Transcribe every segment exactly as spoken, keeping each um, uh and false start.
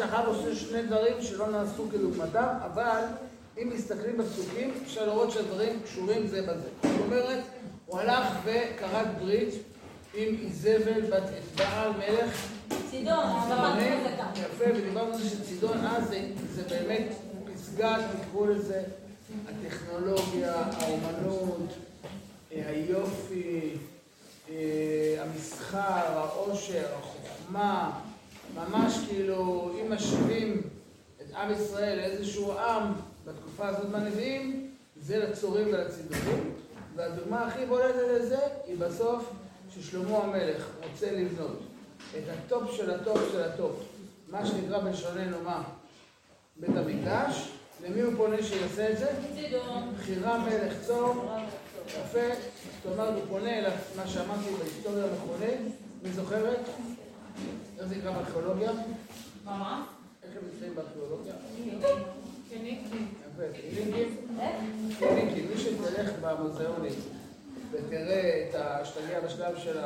אחאב עושה שני דברים שלא נעשו כדוגמתם, אבל אם מסתכלים בפסוקים, אפשר לראות שהדברים קשורים זה בזה. זאת אומרת, הוא הלך וכרת ברית עם איזבל בת אתבעל מלך צידון, יפה, ודיברנו על זה שצידון אז זה, זה באמת פסגת, תקראו לזה, הטכנולוגיה, האומנות, היופי, המסחר, העושר, החוכמה, ממש כאילו, אם משווים את עם ישראל לאיזשהו עם בתקופה הזאת מהנביאים, זה לצורים ולצידונים. והדוגמה הכי בולטת לזה היא בסוף ששלמה המלך רוצה לבנות את הטופ של הטופ של הטופ, מה שנקרא בלשוננו מה? בית המקדש. למי הוא פונה שיעשה את זה? צידון. חירם מלך צור. יפה. זאת אומרת, הוא פונה אל מה שאמרתי בהיסטוריה המכונה. מי זוכרת? איך זה נקרא בארכיאולוגיה? מה? איך הם נקראים בארכיאולוגיה? פיניקים. יפה, פיניקים. פיניקים. מי שתלך במוזיאונים ותראה את השתגע בשלב של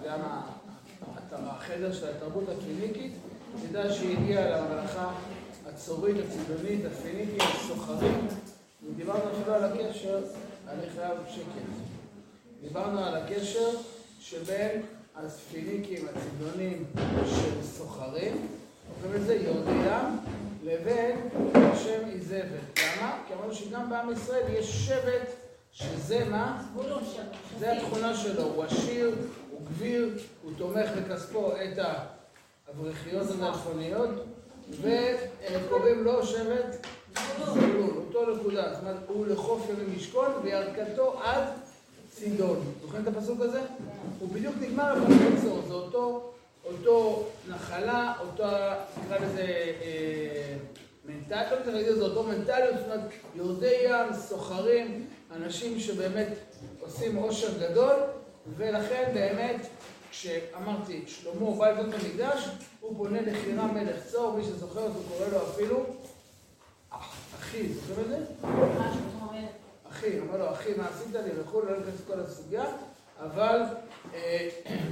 החדר של התרבות הפיניקית, תדע שהיא הגיעה לממלכה הצורית, הצידונית, הפיניקית, הסוחרים. ודיברנו אפילו על הקשר, אני חייב שקט. דיברנו על הקשר שבין הפיניקים, הצידונים של סוחרים, ובזה יורדי ים, לבין השם איזבל. למה? כי אמרנו שגם בעם ישראל יש שבט שזה מה? זה התכונה שלו, הוא עשיר, הוא גביר, הוא תומך בכספו את האברכיות הנדפוניות, והם קוראים לו שבט זבולון, אותו נקודה. זאת אומרת, הוא לחוף ימים משכון וירכתו עד צידון. זוכרים את הפסוק הזה? הוא בדיוק נגמר בקיצור, זה אותו, אותו נחלה, אותו, נקרא לזה אה, מנטליות, זה אותו מנטליות, זאת אומרת, יורדי ים, סוחרים, אנשים שבאמת עושים עושר גדול, ולכן באמת, כשאמרתי, שלמה בא לבנות המקדש, הוא פונה לחירם מלך צור, מי שזוכר, הוא קורא לו אפילו אחי, זוכר את זה? אחי, אומר לו, אחי, מה עשית לי וכו', לא נכנס כל הסוגיה, אבל אה,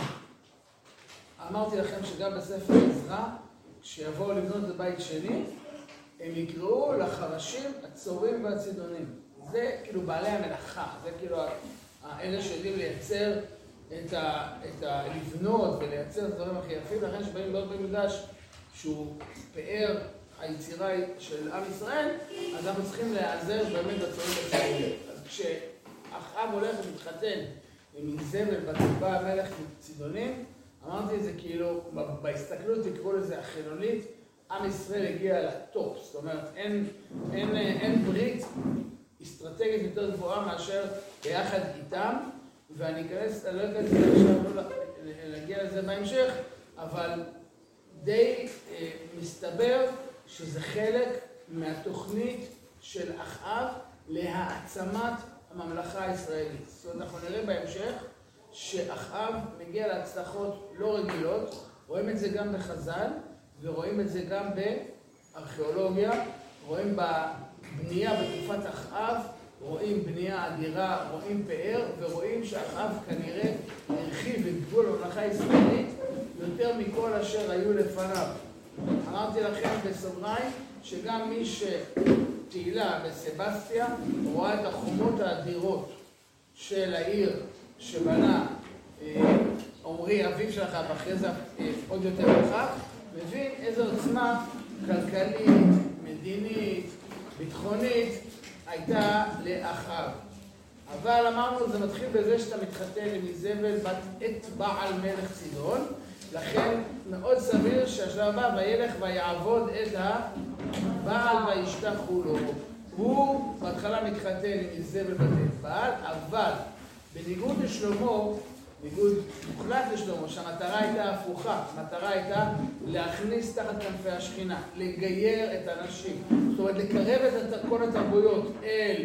אמרתי לכם שגם בספר עזרא, כשיבואו לבנות את בית שני, הם יקראו לחרשים הצורים והצידונים. זה כאילו בעלי המלאכה, זה כאילו האלה שיודעים לייצר את ה, את ה, לבנות ולייצר את הדברים הכי יפים, לכן שבאים לבנות במקדש שהוא פאר היצירה של עם ישראל, אז אנחנו צריכים להיעזר באמת בצורים והצידונים. אז כשאחאב הולך ומתחתן עם איזבל בת אתבעל מלך צידונים, אמרתי את זה כאילו, בהסתכלות תקראו לזה החילונית, עם ישראל הגיע לטופ, זאת אומרת, אין, אין, אין ברית אסטרטגית יותר גבוהה מאשר ביחד איתם, ואני אכנס, אני לא אכנס עכשיו, לא להגיע לזה בהמשך, אבל די אה, מסתבר שזה חלק מהתוכנית של אחאב להעצמת הממלכה הישראלית. זאת אומרת, אנחנו נראה בהמשך שאחאב מגיע להצלחות לא רגילות, רואים את זה גם בחז"ל, ורואים את זה גם בארכיאולוגיה, רואים בבנייה בתקופת אחאב, רואים בנייה אדירה, רואים פאר, ורואים שאחאב כנראה הרחיב את גבול הממלכה הישראלית יותר מכל אשר היו לפניו. אמרתי לכם בסוגריים שגם מי שתהילה בסבסטיה רואה את החומות האדירות של העיר שבנה עומרי אביו של אחאב, אחרי זה עוד יותר רחב, מבין איזו עוצמה כלכלית, מדינית, ביטחונית הייתה לאחאב. אבל אמרנו, זה מתחיל בזה שאתה מתחתן עם איזבל בת אתבעל מלך צידון, לכן מאוד סביר שהשלב הבא וילך ויעבוד את הבעל וישתחו לו. הוא בהתחלה מתחתן עם איזבל בת אתבעל, אבל בניגוד לשלמה, ניגוד מוחלט לשלמה, שהמטרה הייתה הפוכה, המטרה הייתה להכניס תחת כנפי השכינה, לגייר את האנשים, זאת אומרת לקרב את כל התרבויות אל,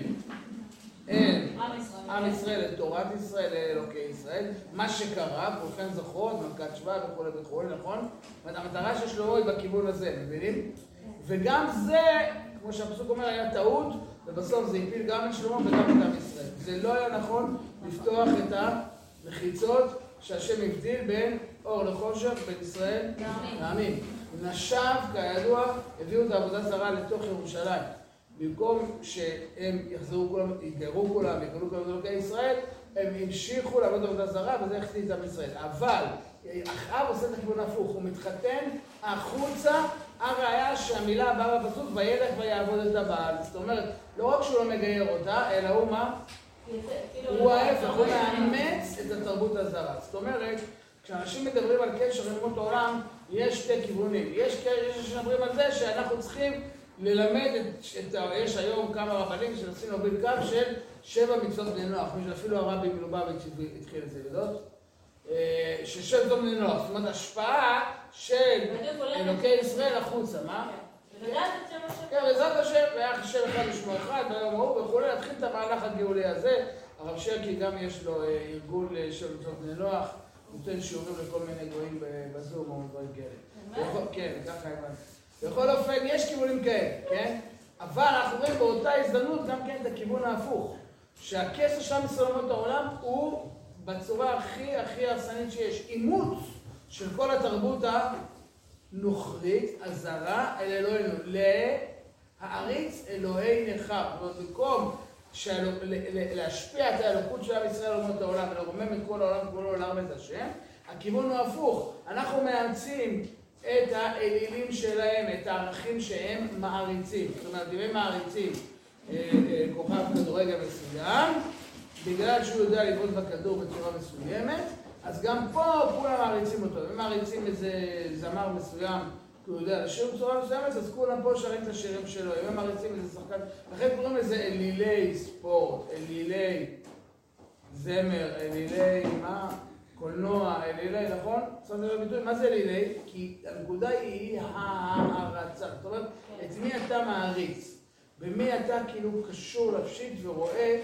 אל עם ישראל, את תורת ישראל, אל אלוקי ישראל, מה שקרה, כולכם זוכרות, מלכת שבא וכו' וכו', נכון? המטרה של שלמה היא בכיוון הזה, מבינים? וגם זה, כמו שהפסוק אומר, היה טעות, ובסוף זה הפיל גם את שלמה וגם את עם ישראל. זה לא היה נכון לפתוח את המחיצות שהשם הבדיל בין אור לחושך, בין ישראל לעמים. נשב, כידוע, הביאו את העבודה זרה לתוך ירושלים. במקום שהם יחזרו כולם, יגרו כולם, יגרו כולם לדרכי ישראל, הם המשיכו לעבוד עבודה זרה, וזה החטיא את עם ישראל. אבל אחאב עושה את הכיוון ההפוך, הוא מתחתן החוצה, הראיה שהמילה הבאה בפסוק, וילך ויעבוד את הבעל. זאת אומרת, לא רק שהוא לא מגייר אותה, אלא הוא מה? הוא ההפך, הוא מאמץ את התרבות הזרה. זאת אומרת, כשאנשים מדברים על קשר עם אומות העולם, יש שתי כיוונים. יש כאלה שמדברים על זה שאנחנו צריכים ללמד את, את יש היום כמה רבנים שנוסעים להוביל קו של שבע מצוות בני נוח, מי שאפילו הרבי מלובביץ' התחיל את זה, יודעות? ששבע מצוות בני נוח, זאת אומרת, השפעה של אלוקי ישראל החוצה, מה? כן, בעזרת השם, והיה חשב אחד לשמו אחד, ביום ההוא וכולי, להתחיל את המהלך הגאולי הזה. הרב שרקי גם יש לו ארגון של מצוות בני נוח, נותן שיעורים לכל מיני גויים בזום או דברים כאלה. כן, ככה הבנתי. בכל אופן, יש כיוונים כאלה, כן? אבל אנחנו רואים באותה הזדמנות גם כן את הכיוון ההפוך. שהקשר של עם ישראל אומות העולם הוא בצורה הכי הכי הרסנית שיש. אימוץ של כל התרבות הנוכרית, הזרה, אל אלוהינו, להעריץ אלוהי נחר. זאת אומרת, במקום להשפיע את האלוקות של עם ישראל אומות העולם ולרומם את כל העולם כולו לעם את השם, הכיוון הוא הפוך. אנחנו מאמצים את האלילים שלהם, את הערכים שהם מעריצים. זאת אומרת, אם הם מעריצים כוכב כדורגל מסוים, בגלל שהוא יודע לבעוט בכדור בצורה מסוימת, אז גם פה כולם מעריצים אותו. אם מעריצים איזה זמר מסוים, כי הוא יודע לשיר בצורה מסוימת, אז כולם פה שרים את השירים שלו. אם הם מעריצים איזה שחקן, לכן קוראים לזה אלילי ספורט, אלילי זמר, אלילי מה? קולנוע, אלילי, נכון? זאת אומרת, ביטוי, מה זה אלילי? כי הנקודה היא הערצה. זאת אומרת, את מי אתה מעריץ? במי אתה כאילו קשור לפשיט ורואה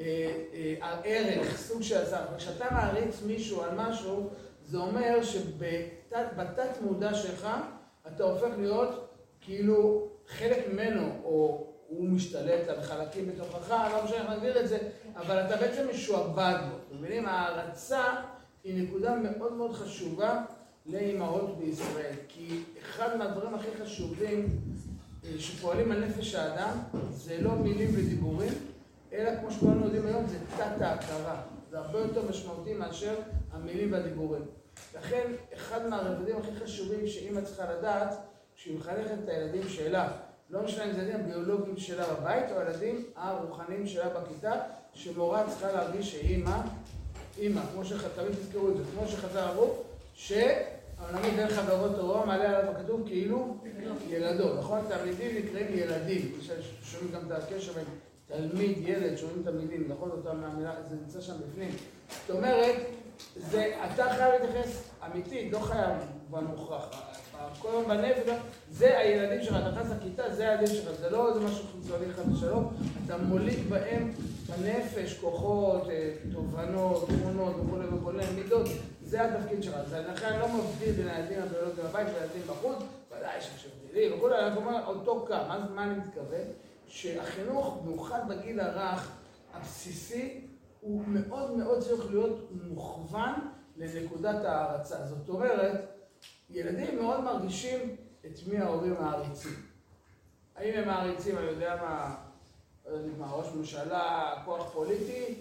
הערך, סוג של עזר. כשאתה מעריץ מישהו על משהו, זה אומר שבתת מודע שלך, אתה הופך להיות כאילו חלק ממנו, או הוא משתלט על חלקים בתוכך, לא משנה איך נגדיר את זה, אבל אתה בעצם משועבד בו. אתם מבינים? הערצה היא נקודה מאוד מאוד חשובה לאימהות בישראל, כי אחד מהדברים הכי חשובים שפועלים על נפש האדם, זה לא מילים ודיבורים, אלא כמו שכולנו יודעים היום, זה תת ההכרה. זה הרבה יותר משמעותי מאשר המילים והדיבורים. לכן, אחד מהרבדים הכי חשובים שאמא צריכה לדעת, שהיא מחנכת את הילדים שלה, לא משנה אם זה הילדים הביולוגיים שלה בבית, או הילדים הרוחניים שלה בכיתה, שמורה צריכה להרגיש שאימא, אימא, כמו שתמיד תזכרו את זה, כמו שחזר הרוב, שהעולמית דרך חברות תורה מעלה עליו הכתוב כאילו ילדו, נכון? תלמידים נקראים ילדים, שומעים גם את הקשר בין תלמיד, ילד, שומעים תלמידים, נכון? אותה מהמילה, זה נמצא שם בפנים. זאת אומרת, זה, אתה חייב להתייחס אמיתית, לא חייב במוכרח. כל יום בנפש, זה הילדים שלך, אתה נכנס לכיתה, זה הילדים שלך, זה לא איזה משהו חיצוני אחד ושלום, אתה מוליד בהם בנפש, כוחות, תובנות, תמונות וכו' וכו', מידות, זה התפקיד שלך. אז לכן לא מבדיל בין הילדים הביולוגיים בבית והילדים בחוץ, ודאי יש הבדלים וכו', אני אומר אותו קו, מה אני מתכוון? שהחינוך, במיוחד בגיל הרך, הבסיסי, הוא מאוד מאוד צריך להיות מוכוון לנקודת הערצה. זאת אומרת, ילדים מאוד מרגישים את מי ההורים מעריצים. האם הם מעריצים, אני יודע מה, מה, ראש ממשלה, כוח פוליטי,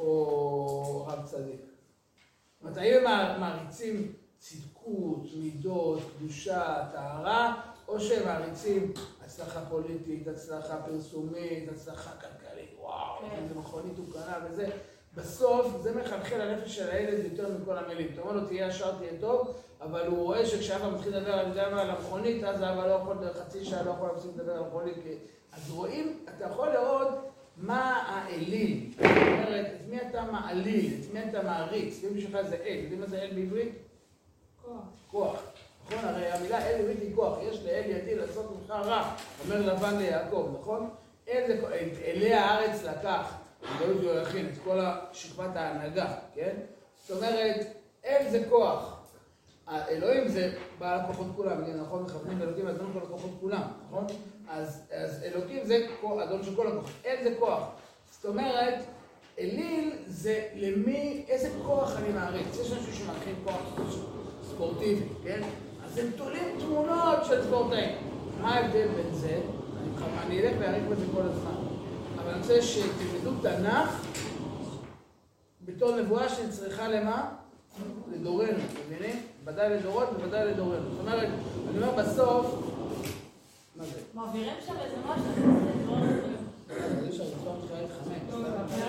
או רב צדיק. זאת אומרת, האם הם מעריצים צדקות, מידות, קדושה, טהרה, או שהם מעריצים הצלחה פוליטית, הצלחה פרסומית, הצלחה כלכלית, וואו, איזה מכונית הוא קנה וזה. בסוף זה מחלחל לנפש של הילד יותר מכל המילים. אתה אומר לו, תהיה ישר, תהיה טוב, אבל הוא רואה שכשאבא מתחיל לדבר על המכונית, אז אבא לא יכול, חצי שעה לא יכול להפסיק לדבר על המכונית. אז רואים, אתה יכול לראות מה האליל. זאת אומרת, את מי אתה מעליל, את מי אתה מעריץ. ואם בשביל זה אל, יודעים מה זה אל בעברית? כוח. כוח. נכון? הרי המילה אל בעברית היא כוח. יש לאל ידי לעשות ממך רע, אומר לבן ליעקב, נכון? אל זה, אלי הארץ לקח. גלות ויולכין, את כל שכבת ההנהגה, כן? זאת אומרת, אל זה כוח. האלוהים זה בעל הכוחות כולם, נכון? מכוונים אלוקים, אדון כל הכוחות כולם, נכון? אז, אז אלוקים זה אדון של כל הכוחות. אל זה כוח. זאת אומרת, אליל זה למי, איזה כוח אני מעריץ. יש אנשים שמעריכים כוח ספורטיבי, כן? אז הם תולים תמונות של ספורטאים. מה ההבדל בין זה? אני אלך להעריך בזה כל הזמן. אבל אני רוצה שתלמדו תנ"ך בתור נבואה שנצריכה למה? לדורנו, מבינים? ודאי לדורות וודאי לדורנו. זאת אומרת, אני אומר בסוף, מה זה? מעבירים שם איזה משהו, זה יש הרצועה מתחילה להתחמם.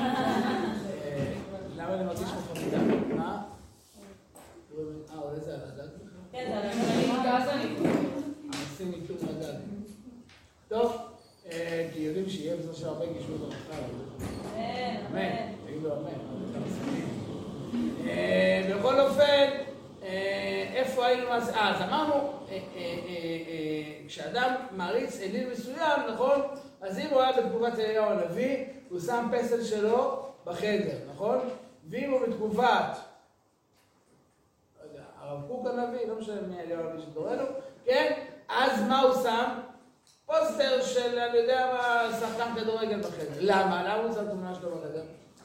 למה אני מרגיש מחמידה? מה? אה, אולי זה על הגג? כן, זה על הגג. עושים איתור לגג. טוב, כי יודעים שיהיה בזמן שהרבה גישו את המחר. אמן, תגידו אמן. בכל אופן, איפה היינו אז? אז אמרנו, כשאדם מעריץ אליל מסוים, נכון? אז אם הוא היה בתגובת אליהו הנביא, הוא שם פסל שלו בחדר, נכון? ואם הוא בתגובת, לא יודע, הרב קוק הנביא, לא משנה מי אליהו הנביא שדורנו, כן? אז מה הוא שם? פוסטר של, אני יודע מה, שחקן כדורגל בחדר. למה? למה הוא שם תמונה שלו בחדר?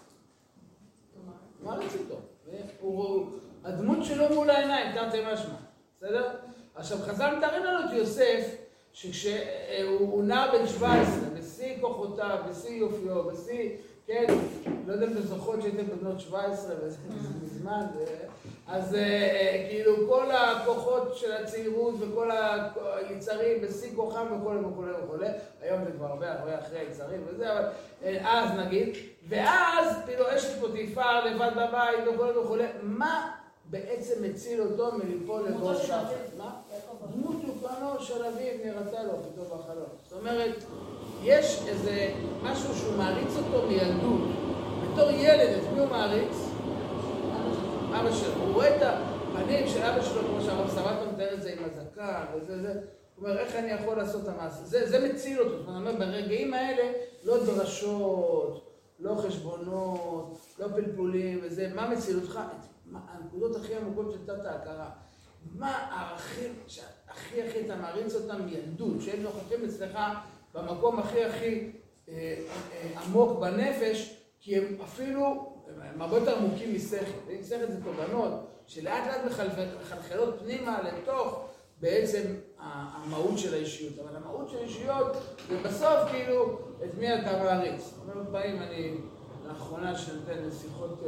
מעריץ אותו. הדמות שלו מול העיניים, תרתי משמע. בסדר? עכשיו, חז"ל מתארים לנו את יוסף, שכשהוא נע בן שבע עשרה, בשיא כוחותיו, בשיא יופיו, בשיא, כן, לא יודע אם אתם זוכרות שהייתם בבנות שבע עשרה, וזה מזמן, אז כאילו כל הכוחות של הצעירות וכל היצרים בשיא כוחם וכו' וכו' וכו', היום זה כבר הרבה הרבה אחרי היצרים וזה, אבל אז נגיד, ואז כאילו אשת פוטיפר לבד בבית וכו' וכו', מה בעצם מציל אותו מליפול לבור שחת? מה? דמות יוקרנו של אביו נראתה לו פתאום בחלום. זאת אומרת, יש איזה משהו שהוא מעריץ אותו מילדות. בתור ילד, את מי הוא מעריץ? אבא שלו. הוא רואה את הפנים של אבא שלו, כמו שהרב סבתו מתאר את זה עם הזקן וזה זה. הוא אומר, איך אני יכול לעשות את המעשה? זה, זה מציל אותו. זאת אומרת, ברגעים האלה, לא דרשות, לא חשבונות, לא פלפולים וזה. מה מציל אותך? הנקודות הכי עמוקות של תת ההכרה. מה הערכים שהכי הכי אתה מעריץ אותם מילדות, שהם נוכחים אצלך במקום הכי הכי אה, אה, עמוק בנפש, כי הם אפילו, הם הרבה יותר עמוקים משכל. שכל זה תובנות שלאט לאט מחלחלות פנימה לתוך בעצם המהות של האישיות. אבל המהות של האישיות זה בסוף כאילו את מי אתה מעריץ. אומרת פעמים אני לאחרונה שנותן לשיחות,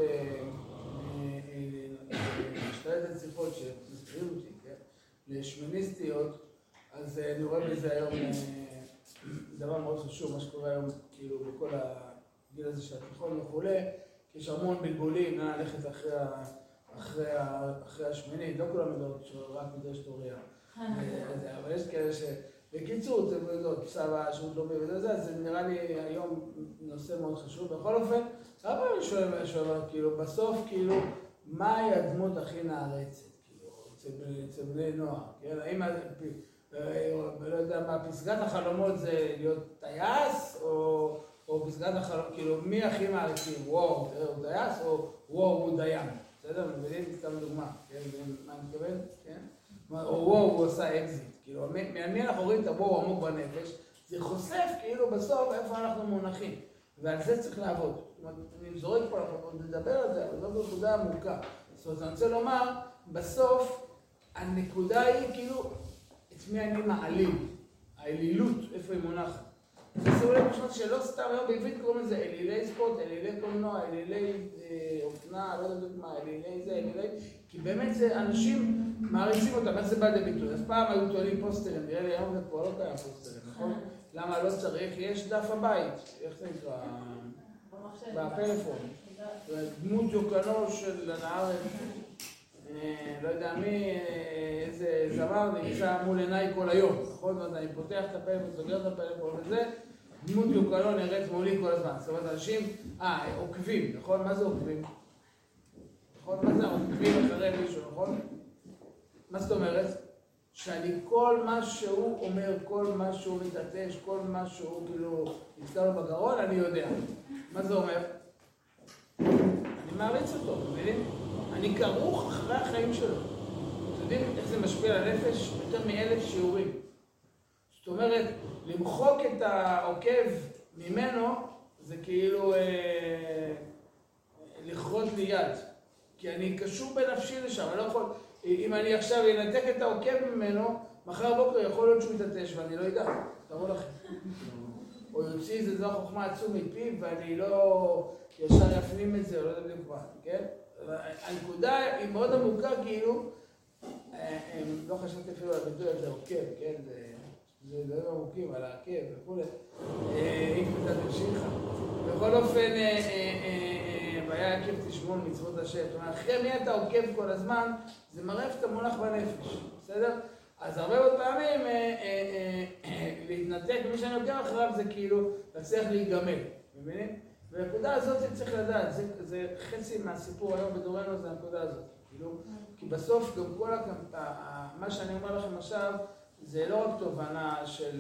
משתלטת שיחות שמזכירים אותי, כן? לשמיניסטיות, אז אני רואה בזה היום דבר מאוד חשוב, מה שקורה היום כאילו בכל הגיל הזה של התיכון וכולי, כי יש המון בלבולים, נא ללכת אחרי, אחרי, אחרי השמינית, לא כולם יודעות שרק מדרשת אוריה. אבל יש כאלה ש... בקיצור, אתם יודעות, סבא, שירות לאומי וזה, אז זה נראה לי היום נושא מאוד חשוב. בכל אופן, הרבה אני שואל, שואל, כאילו, בסוף, כאילו, מהי הדמות הכי נערצת, כאילו, אצל בני נוער, כן? האם, לא יודע מה, פסגת החלומות זה להיות טייס, או, או פסגת החלומות, כאילו, מי הכי מעריצים? וואו, תראה, הוא טייס, או וואו, הוא דיין. בסדר? מבינים? סתם דוגמה, כן? מה אני מתכוון? כן? או וואו, הוא עושה אקזיט. כאילו, ממי אנחנו רואים את הוואו עמוק בנפש, זה חושף כאילו בסוף איפה אנחנו מונחים. ועל זה צריך לעבוד. זאת אומרת, אני זורק פה, אנחנו נדבר על זה, אבל זאת נקודה עמוקה. זאת אומרת, אני רוצה לומר, בסוף, הנקודה היא כאילו, את מי אני מעלים. האלילות, איפה היא מונחת. זה אולי משמעות שלא סתם היום בעברית קוראים לזה אלילי ספורט, אלילי קולנוע, אלילי אופנה, לא יודעת מה, אלילי זה, אלילי... כי באמת זה אנשים מעריצים אותם, איך זה בא לביטוי? אז פעם היו טוענים פוסטרים, נראה לי היום זה כבר לא קיים פוסטרים, נכון? למה לא צריך? יש דף הבית, איך זה נקרא? בפלאפון. דמות יוקנו של הנער, לא יודע מי, איזה זמר נמצא מול עיניי כל היום, נכון? אני פותח את הפלאפון, סוגר את הפלאפון וזה, דמות יוקנו נראית מולי כל הזמן. זאת אומרת, אנשים, אה, עוקבים, נכון? מה זה עוקבים? נכון? מה זה עוקבים אחרי מישהו, נכון? מה זאת אומרת? שאני כל מה שהוא אומר, כל מה שהוא מתעטש, כל מה שהוא כאילו נזכר לו בגרון, אני יודע. מה זה אומר? אני מעריץ אותו, מבינים? אני כרוך אחרי החיים שלו. אתם יודעים איך זה משפיע על הנפש? יותר מאלף שיעורים. זאת אומרת, למחוק את העוקב ממנו, זה כאילו אה, לכרות לי יד. כי אני קשור בנפשי לשם, אני לא יכול... אם אני עכשיו אנתק את העוקב ממנו, מחר בוקר יכול להיות שהוא יתעטש ואני לא יודע, תראו לכם. או יוציא איזה דבר חוכמה עצום מפיו ואני לא ישר יפנים את זה, או לא יודע בדיוק מה, כן? הנקודה היא מאוד עמוקה, כאילו, לא חשבתי אפילו על הביטוי הזה, עוקב, כן? זה דברים עמוקים על העקב וכו'. אם קצת המשיכה. בכל אופן, והיה עקב תשמעון מצוות השם. זאת אומרת, אחרי מי אתה עוקב כל הזמן, זה מראה שאתה מונח בנפש, בסדר? אז הרבה מאוד פעמים להתנתק מי שאני עוקב אחריו זה כאילו להצליח להיגמל, מבינים? והנקודה הזאת צריך לדעת, זה, זה חצי מהסיפור היום בדורנו, זה הנקודה הזאת. כאילו, כי בסוף גם כל הקמפה, מה שאני אומר לכם עכשיו, זה לא רק תובנה של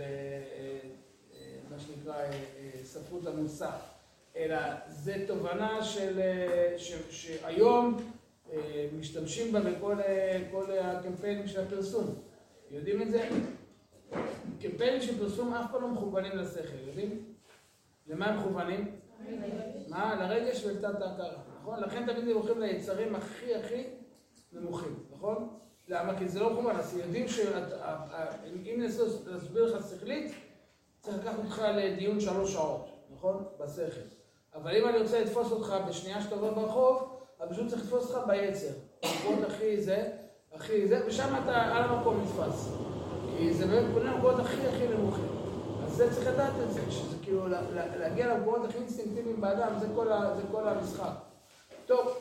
מה שנקרא ספרות המוסר, אלא זה תובנה של, ש, שהיום משתמשים בה בכל כל הקמפיינים של הפרסום. יודעים את זה? קמפיינים של פרסום אף פעם לא מכוונים לשכל, יודעים? למה הם מכוונים? מה? לרגש ולתת ההכרה, נכון? לכן תמיד הם הולכים ליצרים הכי הכי נמוכים, נכון? למה? כי זה לא מכוון, אז יודעים שאם ננסה להסביר לך שכלית, צריך לקחת אותך לדיון שלוש שעות, נכון? בשכל. אבל אם אני רוצה לתפוס אותך בשנייה שאתה עובר ברחוב, אז פשוט צריך לתפוס אותך ביצר. במקומות הכי זה, הכי זה, ושם אתה על המקום נתפס. כי זה באמת פונה למקומות הכי הכי נמוכים. אז זה צריך לדעת את זה, שזה כאילו להגיע למקומות הכי אינסטינקטיביים באדם, זה כל, ה, זה כל המשחק. טוב,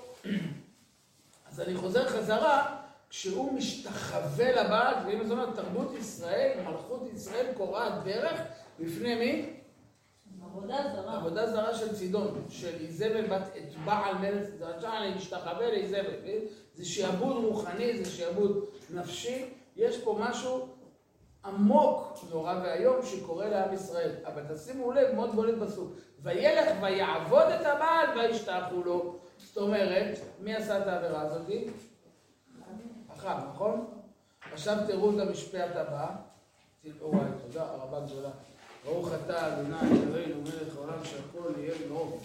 אז אני חוזר חזרה, כשהוא משתחווה לבעל, ואם זאת אומרת, תרבות ישראל, מלכות ישראל קורעת דרך, בפני מי? עבודה זרה. עבודה זרה של צידון, של איזבל בת את בעל מלך, זה רצה להשתחווה לאיזבל, זה שיעבוד רוחני, זה שיעבוד נפשי, יש פה משהו עמוק נורא והיום שקורה לעם ישראל. אבל תשימו לב, מאוד בולט בסוף. וילך ויעבוד את הבעל וישתחו לו. זאת אומרת, מי עשה את העבירה הזאת? אחר, נכון? עכשיו תראו את המשפט הבא. וואי, תודה, הרבה גדולה. ברוך אתה, אדוני אלוהינו מלך העולם שהכל יהיה לאור.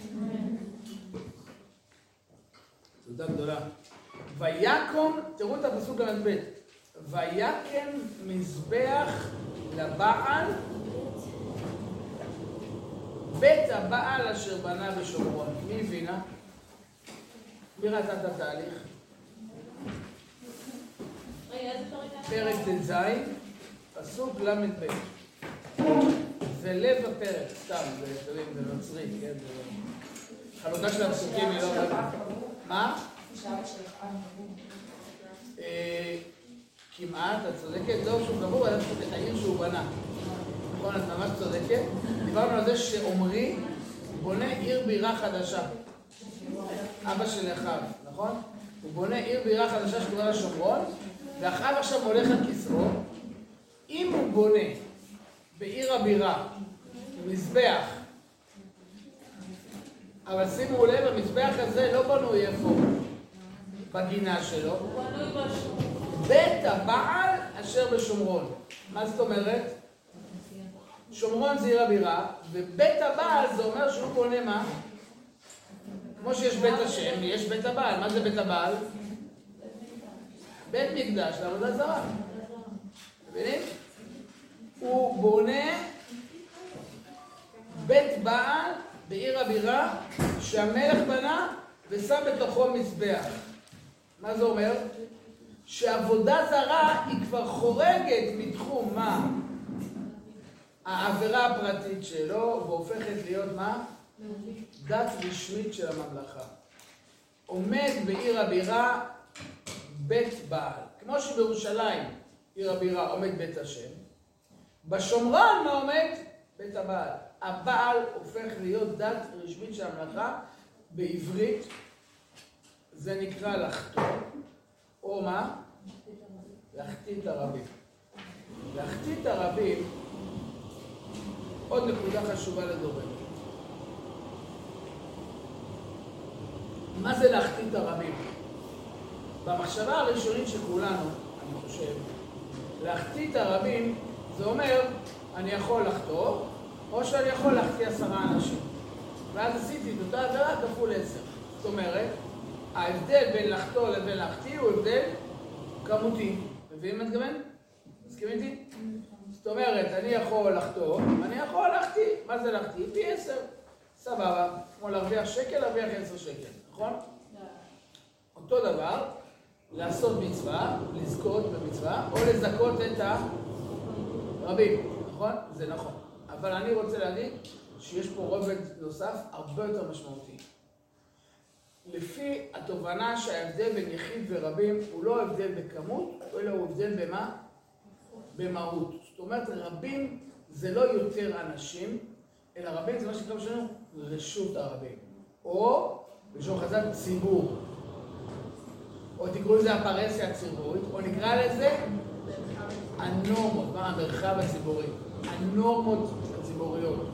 תודה גדולה. ויקום, תראו את הפסוק ל"ב. ויקם מזבח לבעל, בית הבעל אשר בנה בשומרון. מי הבינה? מי ראתה את התהליך? פרק ט"ז, פסוק ל"ב. זה לב הפרק, סתם, זה נוצרי, כן? חלוקה של הפסוקים היא לא רבה. מה? כמעט, את צודקת, לא שהוא גבור, אלא את העיר שהוא בנה. נכון, את ממש צודקת. דיברנו על זה שעומרי בונה עיר בירה חדשה. אבא של אחיו, נכון? הוא בונה עיר בירה חדשה שקוראים לה שומרון, ואחיו עכשיו הולך על כסאו. אם הוא בונה בעיר הבירה מזבח, אבל שימו לב, המזבח הזה לא בנוי איפה? בגינה שלו. הוא בנוי בשומרון. בית הבעל אשר בשומרון. מה זאת אומרת? שומרון זה עיר הבירה, ובית הבעל זה אומר שהוא בונה מה? כמו שיש בית השם, יש בית הבעל. מה זה בית הבעל? בית מקדש לעבודה זרה. מבינים? הוא בונה בית בעל בעיר הבירה שהמלך בנה ושם בתוכו מזבח. מה זה אומר? שעבודה זרה היא כבר חורגת מתחום מה? העבירה הפרטית שלו, והופכת להיות מה? דת רשמית של הממלכה. עומד בעיר הבירה בית בעל. כמו שבירושלים עיר הבירה עומד בית השם, בשומרון מה עומד? בית הבעל. הבעל הופך להיות דת רשמית של הממלכה. בעברית זה נקרא לחטוא, או מה? להחטיא את הרבים. להחטיא את הרבים, עוד נקודה חשובה לדורנו. מה זה להחטיא את הרבים? במחשבה הראשונית של כולנו, אני חושב, להחטיא את הרבים זה אומר, אני יכול לחטוא, או שאני יכול להחטיא עשרה אנשים. ואז עשיתי את אותה עבירה כפול עשר. זאת אומרת, ההבדל בין לחטוא לבין להחטיא הוא הבדל כמותי. מבינים מה אני מתכוון? אז מסכים איתי? זאת אומרת, אני יכול לחתום, אני יכול להחטיא. מה זה להחטיא? פי עשר. סבבה. כמו להרוויח שקל, להרוויח עשר שקל, נכון? אותו דבר, לעשות מצווה, לזכות במצווה, או לזכות את הרבים, נכון? זה נכון. אבל אני רוצה להגיד שיש פה רובד נוסף הרבה יותר משמעותי. לפי התובנה שההבדל בין יחיד ורבים הוא לא הבדל בכמות, אלא הוא הבדל במה? במהות. זאת אומרת, רבים זה לא יותר אנשים, אלא רבים זה מה שקרה בשביל רשות הרבים. או, בשביל חז"ל, ציבור. או תקראו לזה הפרהסיה הציבורית, או נקרא לזה הנורמות, מה? המרחב הציבורי. הנורמות הציבוריות.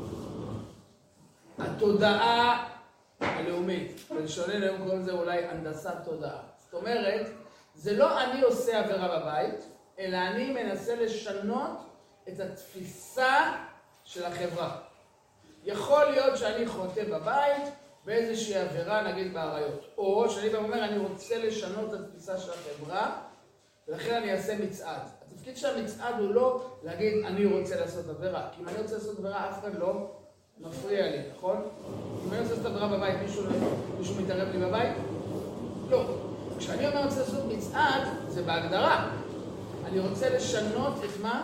התודעה הלאומית. בלשוננו היום קוראים לזה אולי הנדסת תודעה. זאת אומרת, זה לא אני עושה עבירה בבית, אלא אני מנסה לשנות את התפיסה של החברה. יכול להיות שאני חוטא בבית באיזושהי עבירה, נגיד בעריות. או שאני בא ואומר, אני רוצה לשנות את התפיסה של החברה, ולכן אני אעשה מצעד. התפקיד של המצעד הוא לא להגיד, אני רוצה לעשות עבירה. כי אם אני רוצה לעשות עבירה, אף אחד לא מפריע לי, נכון? אם אני רוצה לעשות עבירה בבית, מישהו, מישהו מתערב לי בבית? לא. כשאני אומר רוצה לעשות מצעד, זה בהגדרה. אני רוצה לשנות את מה?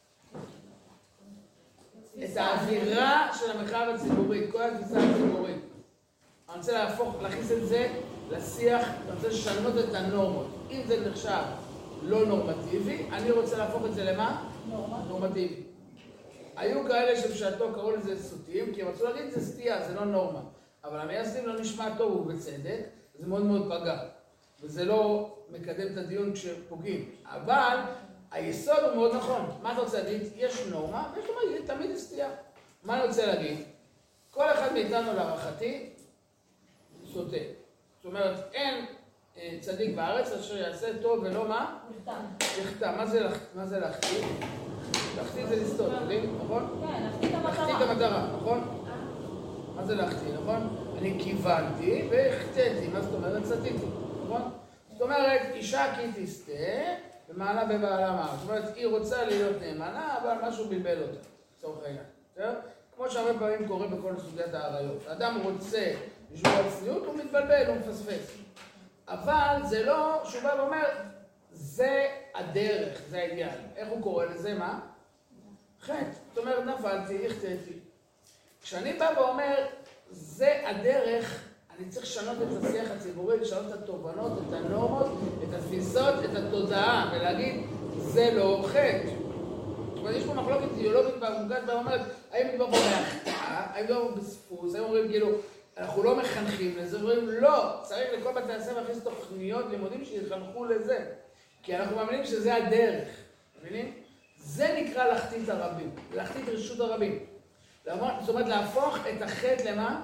את האווירה של המרחב הציבורי, את כל התפיסה הציבורית. אני רוצה להפוך, להכניס את זה לשיח, אני רוצה לשנות את הנורמות. אם זה נחשב לא נורמטיבי, אני רוצה להפוך את זה למה? נורמטיבי. היו כאלה שבשעתו קראו לזה סוטים, כי הם רצו להגיד זה סטייה, זה לא נורמה. אבל המייסדים לא נשמע טוב ובצדק, זה מאוד מאוד פגע. וזה לא מקדם את הדיון כשפוגעים. אבל היסוד הוא מאוד נכון. מה אתה רוצה להגיד? יש נורמה, ויש נורמה, תמיד סטייה. מה אני רוצה להגיד? כל אחד מאיתנו להערכתי סוטה. זאת אומרת, אין צדיק בארץ אשר יעשה טוב ולא מה? יחטא. מה זה להחטיא? להחטיא זה לסטות, יודעים? נכון? כן, להחטיא את המטרה. להחטיא את המטרה, נכון? מה זה להחטיא, נכון? אני כיוונתי והחטאתי. מה זאת אומרת? סטיתי, נכון? זאת אומרת, אישה כי תסתה ומעלה בבעלה מה. זאת אומרת, היא רוצה להיות נאמנה, אבל משהו בלבל אותה, לצורך העניין. כמו שהרבה פעמים קורה בכל סוגיית העריות. אדם רוצה לשמור על צניעות, הוא מתבלבל, הוא מפספס. אבל זה לא, שהוא בא ואומר, זה הדרך, זה האידיאל. איך הוא קורא לזה? מה? חטא. זאת אומרת, נפלתי, החטאתי. כשאני בא ואומר, זה הדרך, אני צריך לשנות את השיח הציבורי, לשנות את התובנות, את הנורמות, את התפיסות, את התודעה, ולהגיד, זה לא חטא. זאת אומרת, יש פה מחלוקת אידיאולוגית והמוגעת ואומרת, האם מדובר פה בהחטאה, האם מדובר בספוס, האם אומרים כאילו, אנחנו לא מחנכים לזה, אומרים, לא, צריך לכל בתי הספר להכניס תוכניות לימודים שיחנכו לזה. כי אנחנו מאמינים שזה הדרך, מבינים? זה נקרא להחטיא את הרבים, להחטיא את רשות הרבים. זאת אומרת, להפוך את החטא למה?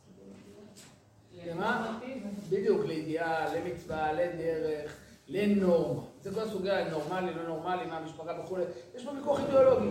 למה? בדיוק, לאידיאל, למצווה, לדרך, לנורמה. זה כל הסוגיה, נורמלי, לא נורמלי, מה המשפחה וכו'. יש פה ויכוח אידיאולוגי.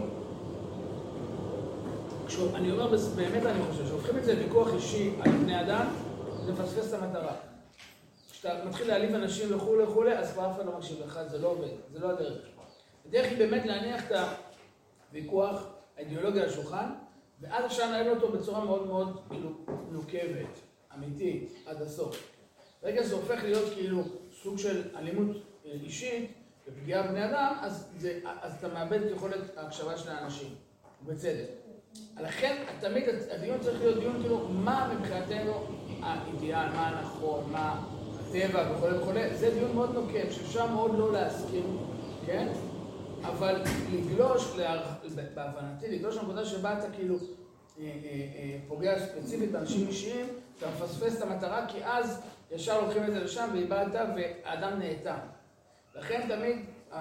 אני אומר, באמת אני חושב, שהופכים את זה ויכוח אישי על בני אדם, זה מפספס את המטרה. כשאתה מתחיל להעליב אנשים וכו' וכו', אז כבר אף אחד לא מקשיב לך, זה לא עובד, זה לא הדרך. הדרך היא באמת להניח את הוויכוח, האידיאולוגיה על השולחן, ואז אפשר לנהל אותו בצורה מאוד מאוד כאילו נוקבת, אמיתית, עד הסוף. ברגע זה הופך להיות כאילו סוג של אלימות אישית ופגיעה בבני אדם, אז, זה, אז אתה מאבד את יכולת ההקשבה של האנשים, ובצדק. לכן תמיד הדיון צריך להיות דיון כאילו מה מבחינתנו האידיאל, מה הנכון, מה הטבע וכו' וכו'. זה דיון מאוד נוקב, שאפשר מאוד לא להסכים, כן? אבל לגלוש, בהבנתי, לגלוש לנקודה שבה אתה כאילו פוגע ספציפית באנשים אישיים, אתה מפספס את המטרה, כי אז ישר לוקחים את זה לשם ואיבדת והאדם נאטם. לכן תמיד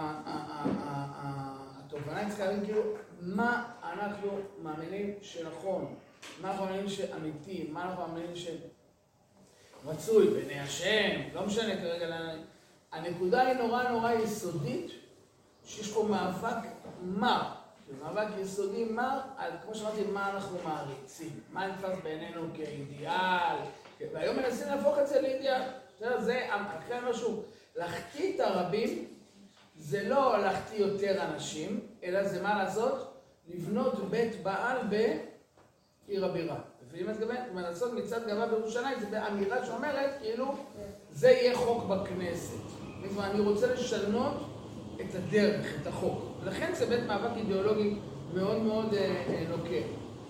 התובנה צריכה להבין כאילו מה אנחנו מאמינים שנכון, מה אנחנו מאמינים שאמיתי, מה אנחנו מאמינים שרצוי, בעיני השם, לא משנה כרגע. הנקודה היא נורא נורא יסודית, שיש פה מאבק מר, מאבק יסודי מר, על, כמו שאמרתי, מה אנחנו מעריצים, מה נתפס בעינינו כאידיאל, והיום מנסים להפוך את זה לאידיאל. זה, אחרי משהו, להחטיא את הרבים, זה לא להחטיא יותר אנשים, אלא זה מה לעשות? לבנות בית בעל בעיר הבירה. ואם את מתכוונת, לעשות מצעד גאווה בירושלים, זה באמירה שאומרת, כאילו, זה יהיה חוק בכנסת. זאת אומרת, אני רוצה לשנות את הדרך, את החוק. ולכן זה בית מאבק אידיאולוגי מאוד מאוד נוקב.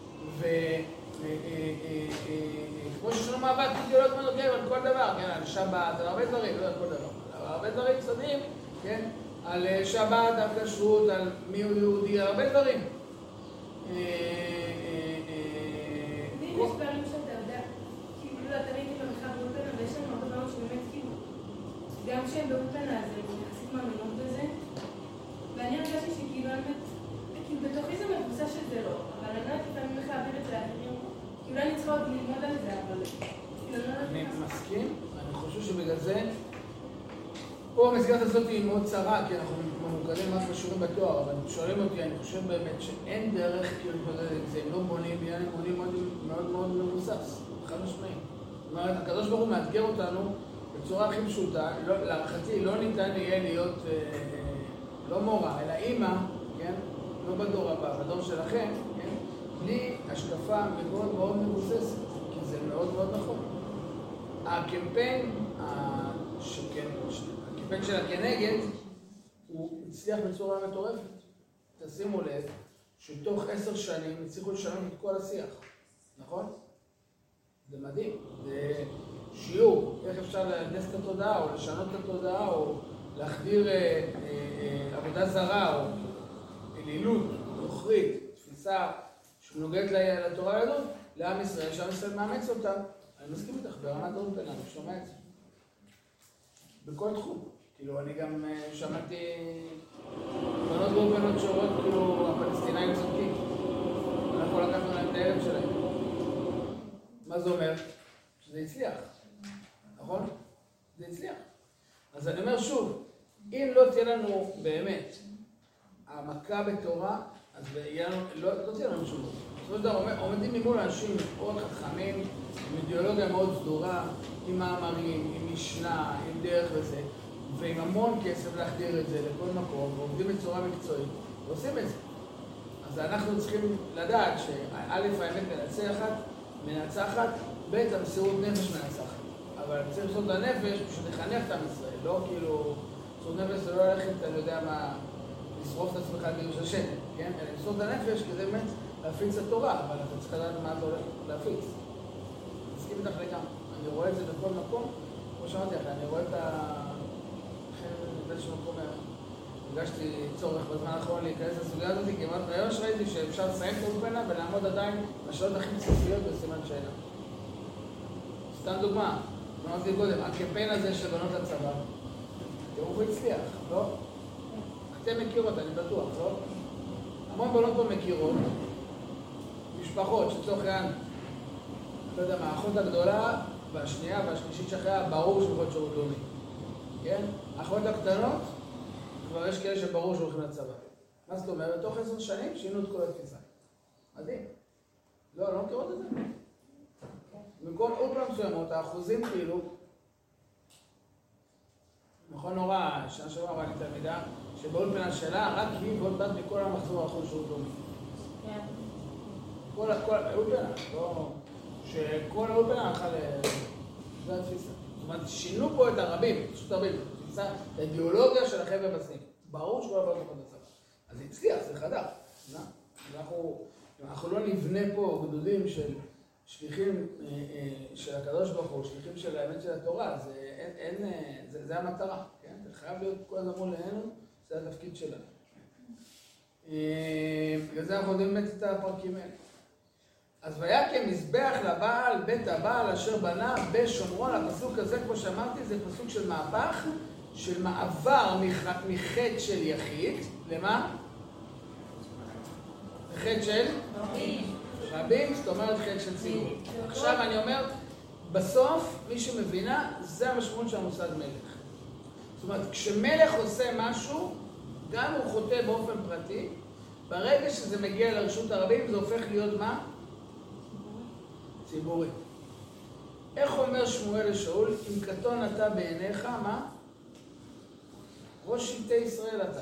וכמו שיש לנו מאבק אידיאולוגי מאוד נוקב על כל דבר, כן, על שבת, על הרבה דברים, לא על כל דבר, על הרבה דברים צדדים, כן, על שבת, על כשרות, על מי הוא יהודי, על הרבה דברים. יש דברים שאתה יודע, כאילו לא, אתה ראיתי במחקר באולפנה, ויש לנו הרבה דברים שבאמת כאילו, גם כשהם באולפנה, אז הם יחסית מאמינות בזה, ואני הרגשתי שכאילו, כאילו בתוכי זה מבוסס שזה לא, אבל אני לא יודעת לפעמים איך להעביר את זה לאחרים, כאילו אני צריכה עוד ללמוד על זה, אבל אני מסכים, אני חושב שבגלל זה, פה המסגרת הזאת היא מאוד צרה, כי אנחנו ממוקדים רק בשיעורים בתואר, אבל שואלים אותי, אני חושב באמת שאין דרך כאילו להתמודד עם זה, אם לא בונים, יהיה בונים מאוד מאוד מבוסס, חד משמעית. זאת אומרת, הקדוש ברוך הוא מאתגר אותנו בצורה הכי פשוטה, להערכתי לא ניתן יהיה להיות, לא מורה, אלא אימא, כן? לא בדור הבא, בדור שלכם, כן? בלי השקפה מאוד מאוד מבוססת, כי זה מאוד מאוד נכון. הקמפיין, שכן, הקמפיין של הכנגד, הוא הצליח בצורה מטורפת. תשימו לב שתוך עשר שנים הצליחו לשנות את כל השיח, נכון? זה מדהים. זה שיעור, איך אפשר להנדס את התודעה, או לשנות את התודעה, או להחדיר אה, אה, עבודה זרה, או אלילות, נוכרית, תפיסה שמנוגדת לתורה היהדות, לעם ישראל, שעם ישראל מאמץ אותה. אני מסכים איתך, ברמת האולפנה, אני שומע את זה. בכל תחום. כאילו, אני גם שמעתי בנות באולפנות שאומרות, כאילו, הפלסטינאים צודקים. אנחנו לקחנו להם את הערב שלהם. מה זה אומר? שזה הצליח. נכון? זה הצליח. אז אני אומר שוב, אם לא תהיה לנו באמת העמקה בתורה, אז לא, לא תהיה לנו שום. זאת אומרת, עומדים ממול אנשים מאוד חכמים, עם אידיאולוגיה מאוד סדורה, עם מאמרים, עם משנה, עם דרך וזה, ועם המון כסף להחדיר את זה לכל מקום, ועובדים בצורה מקצועית, ועושים את זה. אז אנחנו צריכים לדעת שא' האמת מנצחת, מנצחת, ב' המסירות נפש מנצחת. אבל צריך לעשות את הנפש בשביל לחנך את עם ישראל, לא כאילו, לעשות נפש זה לא ללכת, אני יודע מה, לשרוף את עצמך בגירוש השם, כן? אלא לעשות את הנפש כדי באמת להפיץ את התורה, אבל אתה צריך לדעת מה אתה הולך להפיץ. אני מסכים איתך לגמרי, אני רואה את זה בכל מקום, כמו שאמרתי לך, אני רואה את ה... לכן באיזשהו מקום הרגשתי צורך בזמן האחרון להיכנס לסוגיה הזאת, כי היום שראיתי שאפשר לסיים את האולפנה ולעמוד עדיין בשאלות הכי בסיסיות בסימן שאלה. סתם דוגמה, אמרתי קודם, הקמפיין הזה של בנות לצבא, תראו הוא הצליח, לא? אתם מכירות, אני בטוח, לא? המון בנות פה מכירות, משפחות שצורך העניין, לא יודע מה, האחות הגדולה והשנייה והשלישית שאחריה, ברור שהולכות שירות לאומי. כן? האחות הקטנות, כבר יש כאלה שברור שהולכים לצבא. מה זאת אומרת? תוך עשר שנים שינו את כל התפיסה. מדהים. לא, לא מכירות את זה? במקום אולפנה מסוימות, האחוזים כאילו, נכון נורא, שנה שעברה אמרה לי תלמידה, שבאולפנה שלה, רק היא ועוד בת מכל המחזור האחוז שירות לאומי. כן. כל האולפנה, לא... שכל האולפנה הלכה ל... זה התפיסה. זאת אומרת, שינו פה את הרבים, פשוט הרבים, תפיסה, את האידיאולוגיה של החבר'ה בסניף. ברור שכל הבא לא חדשה. אז זה הצליח, זה חדש. אנחנו, אנחנו לא נבנה פה גדודים של שליחים של הקדוש ברוך הוא, שליחים של האמת של התורה, זה, אין, אין, זה, זה המטרה, כן? זה חייב להיות כל הזמן לעינינו, זה התפקיד שלנו. בגלל זה אנחנו יודעים באמת את הפרקים האלה. אז ויקם מזבח לבעל, בית הבעל אשר בנה בשומרון. הפסוק הזה, כמו שאמרתי, זה פסוק של מהפך, של מעבר מחטא של יחיד, למה? לחטא של? רבים. רבים, זאת אומרת חטא של ציבור. עכשיו אני אומר, בסוף, מי שמבינה, זה המשמעות של המושג מלך. זאת אומרת, כשמלך עושה משהו, גם הוא חוטא באופן פרטי, ברגע שזה מגיע לרשות הרבים, זה הופך להיות מה? ציבורי. איך אומר שמואל לשאול, אם קטון אתה בעיניך, מה? ראש שבטי ישראל אתה.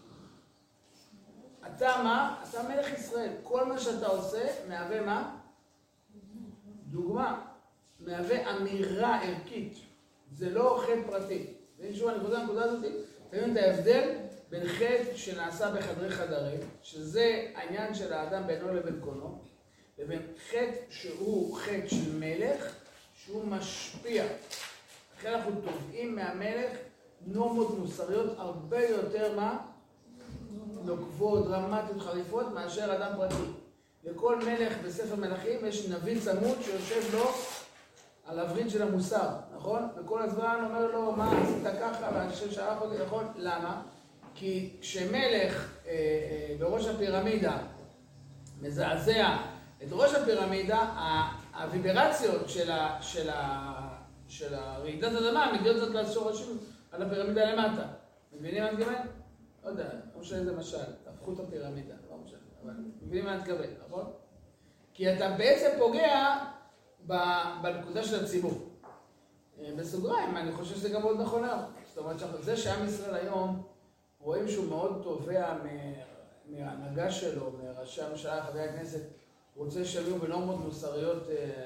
אתה מה? אתה מלך ישראל. כל מה שאתה עושה מהווה מה? דוגמה. מהווה אמירה ערכית. זה לא חטא פרטי. ושוב, אני חוזר לנקודה הזאת, תראים את ההבדל בין חטא שנעשה בחדרי חדרים, שזה העניין של האדם בינו לבין קונו, לבין חטא שהוא חטא של מלך, שהוא משפיע. לכן אנחנו תובעים מהמלך נורמות מוסריות הרבה יותר מה? נוקבות, דרמטיות, חריפות, מאשר אדם פרטי. לכל מלך בספר מלכים יש נביא צמוד שיושב לו על הברית של המוסר, נכון? וכל הזמן אומר לו, מה עשית ככה, ואני חושב שהרב אותי, נכון? למה? כי כשמלך אה, אה, בראש הפירמידה מזעזע את ראש הפירמידה, הוויברציות של, ה, של, ה, של הרעידת אדמה מגיעות זאת לשורשים על הפירמידה למטה. מבינים מה אני מתכוון? לא יודע, לא משנה איזה משל, תהפכו את הפירמידה, לא משנה, אבל מבינים מה אני מתכוון, נכון? כי אתה בעצם פוגע בנקודה של הציבור. בסוגריים, אני חושב שזה גם מאוד נכון היום. זאת אומרת, זה שעם ישראל היום רואים שהוא מאוד תובע מההנהגה שלו, מראשי הממשלה, חברי הכנסת, רוצה שיהיו בנורמות מוסריות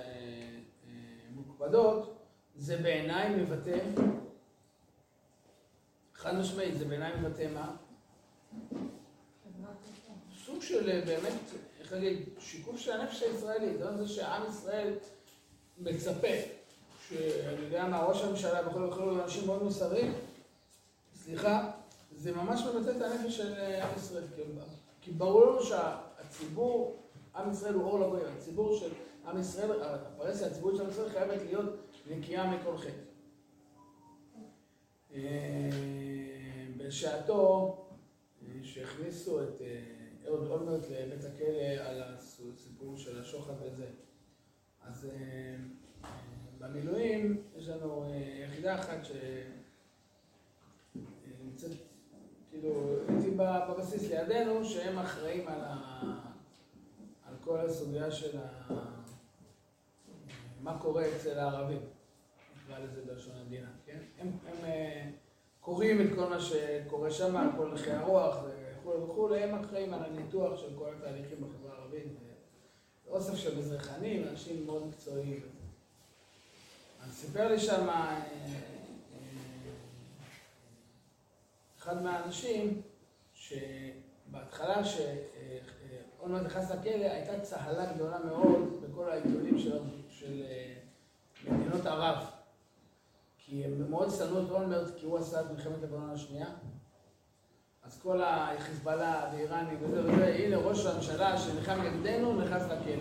מוקפדות, זה בעיניי מבטא, חד משמעית, זה בעיניי מבטא מה? סוג של באמת, איך להגיד, שיקוף של הנפש הישראלית. זה שהעם ישראל מצפה, שאני יודע מה, ראש הממשלה בכל וכלו אנשים מאוד מוסריים, סליחה, זה ממש מבטא את הנפש של עם ישראל. כי ברור לנו שהציבור, עם ישראל הוא אור לגויים, הציבור של עם ישראל, הפרסיה, הציבור של עם ישראל חייבת להיות נקייה מכל חטא. בשעתו, שהכניסו את אהוד אולמרט לבית הכלא על הסיפור של השוחד וזה. אז במילואים יש לנו יחידה אחת שנמצאת, כאילו, הייתי בבסיס לידינו, שהם אחראים על, ה... על כל הסוגיה של ה... מה קורה אצל הערבים, נקרא לזה בלשון המדינה, כן? הם, הם קוראים את כל מה שקורה שם, על כל הלכי הרוח וכו' וכו', הם אחראים על הניתוח של כל התהליכים בחברה הערבית, ואוסף של מזרחנים, אנשים מאוד מקצועיים. אז סיפר לי שם אחד מהאנשים שבהתחלה שאולמרט נכנס לכלא הייתה צהלה גדולה מאוד בכל העיתונים של, של מדינות ערב. כי הם מאוד שנאו את אולמרט כי הוא עשה את מלחמת לבנון השנייה. אז כל החיזבאללה ואיראני וזה וזה, הנה ראש הממשלה שנלחם נגדנו נכנס לכלא.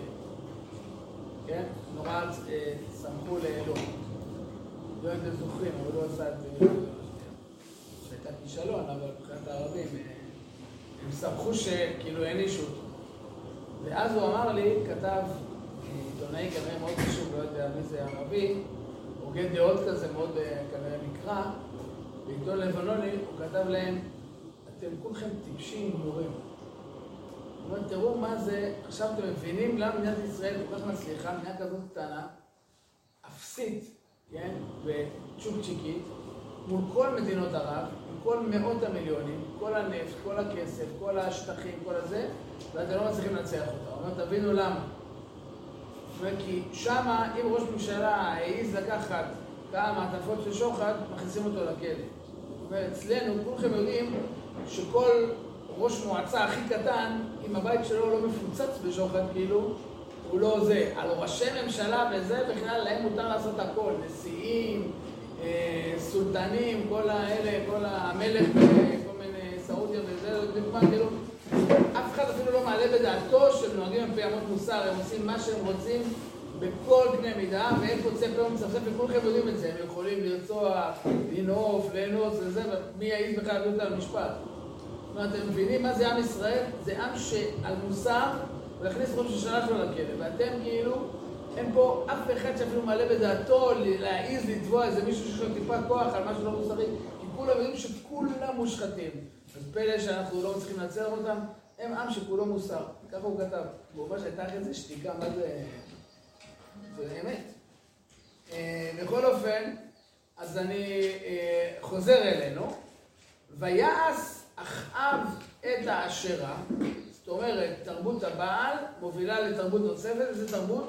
כן? נורא שמחו לאלו. לא יודעים אתם זוכרים, אבל לא עשה את זה. שהייתה כישלון, אבל מבחינת הערבים, הם שמחו שכאילו הענישו אותו. ואז הוא אמר לי, כתב, עיתונאי כנראה מאוד חשוב, לא יודע מי זה ערבי, הוגה דעות כזה מאוד כנראה מקרא, בעיתון לבנוני, הוא כתב להם, אתם כולכם טיפשים גמורים. הוא אומר, תראו מה זה, עכשיו אתם מבינים למה מדינת ישראל כל כך מצליחה, מדינה כזאת קטנה, אפסית, כן, וצ'ופצ'יקית, מול כל מדינות ערב, עם כל מאות המיליונים, כל הנפט, כל הכסף, כל השטחים, כל הזה, ואתם לא מצליחים לנצח אותה. הוא אומר, תבינו למה. כי שמה, אם ראש ממשלה העיז לקחת כמה מעטפות של שוחד, מכניסים אותו לכלא. זאת אומרת, אצלנו, כולכם יודעים שכל ראש מועצה הכי קטן, אם הבית שלו לא מפוצץ בשוחד, כאילו, הוא לא זה. על ראשי ממשלה וזה, בכלל להם מותר לעשות הכל. נשיאים, סולטנים, כל האלה, כל המלך וכל מיני סעודיה וזה, דוגמה, כאילו, אף אחד אפילו לא מעלה בדעתו שהם נוהגים על פי אמות מוסר, הם עושים מה שהם רוצים בכל קנה מידה, ואין פוצה פה מצפצף, וכולכם יודעים את זה, הם יכולים לרצוח, לנעוף, לאנוס וזה, ומי יעיד בכלל להביא אותה למשפט. זאת אומרת, אתם מבינים מה זה עם ישראל? זה עם שעל מוסר, ולהכניס ראש השנה שלו לכלא, ואתם כאילו, אין פה אף אחד שאפילו מעלה בדעתו להעיז לתבוע איזה מישהו שיש לו טיפה כוח על משהו לא מוסרי, כי כולם יודעים שכולם מושחתים. אז פלא שאנחנו לא צריכים לנצר אותם, הם עם שכולו מוסר. ככה הוא כתב. הוא אומר שהייתה איזה שתיקה, מה זה... זה אמת. בכל אופן, אז אני חוזר אלינו, ויעש אחאב את האשרה, זאת אומרת, תרבות הבעל מובילה לתרבות נוספת, וזה תרבות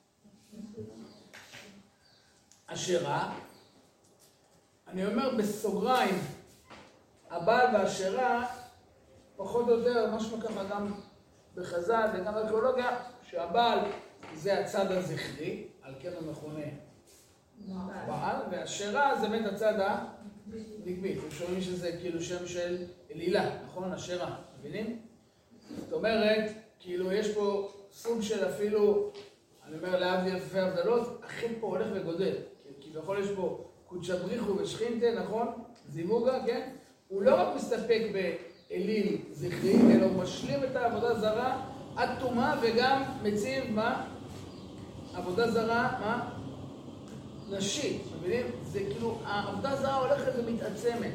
אשרה. אני אומר בסוגריים, הבעל והאשרה, פחות או יותר, משהו ככה גם בחז"ל וגם בארכיאולוגיה, שהבעל זה הצד הזכרי, על כן הוא מכונה בעל, והאשרה זה באמת הצד הנקבי. אתם שומעים שזה כאילו שם של אלילה, נכון? אשרה, מבינים? זאת אומרת, כאילו יש פה סוג של אפילו, אני אומר להבדיל אלפי הבדלות, החטא פה הולך וגודל. כביכול יש פה קודשא בריחו ושכינתה, נכון? זיווגה, כן? הוא לא רק מסתפק באליל זכרי, אלא הוא משלים את העבודה זרה עד תומה, וגם מציב, מה? עבודה זרה, מה? נשית, מבינים? זה כאילו, העבודה זרה הולכת ומתעצמת.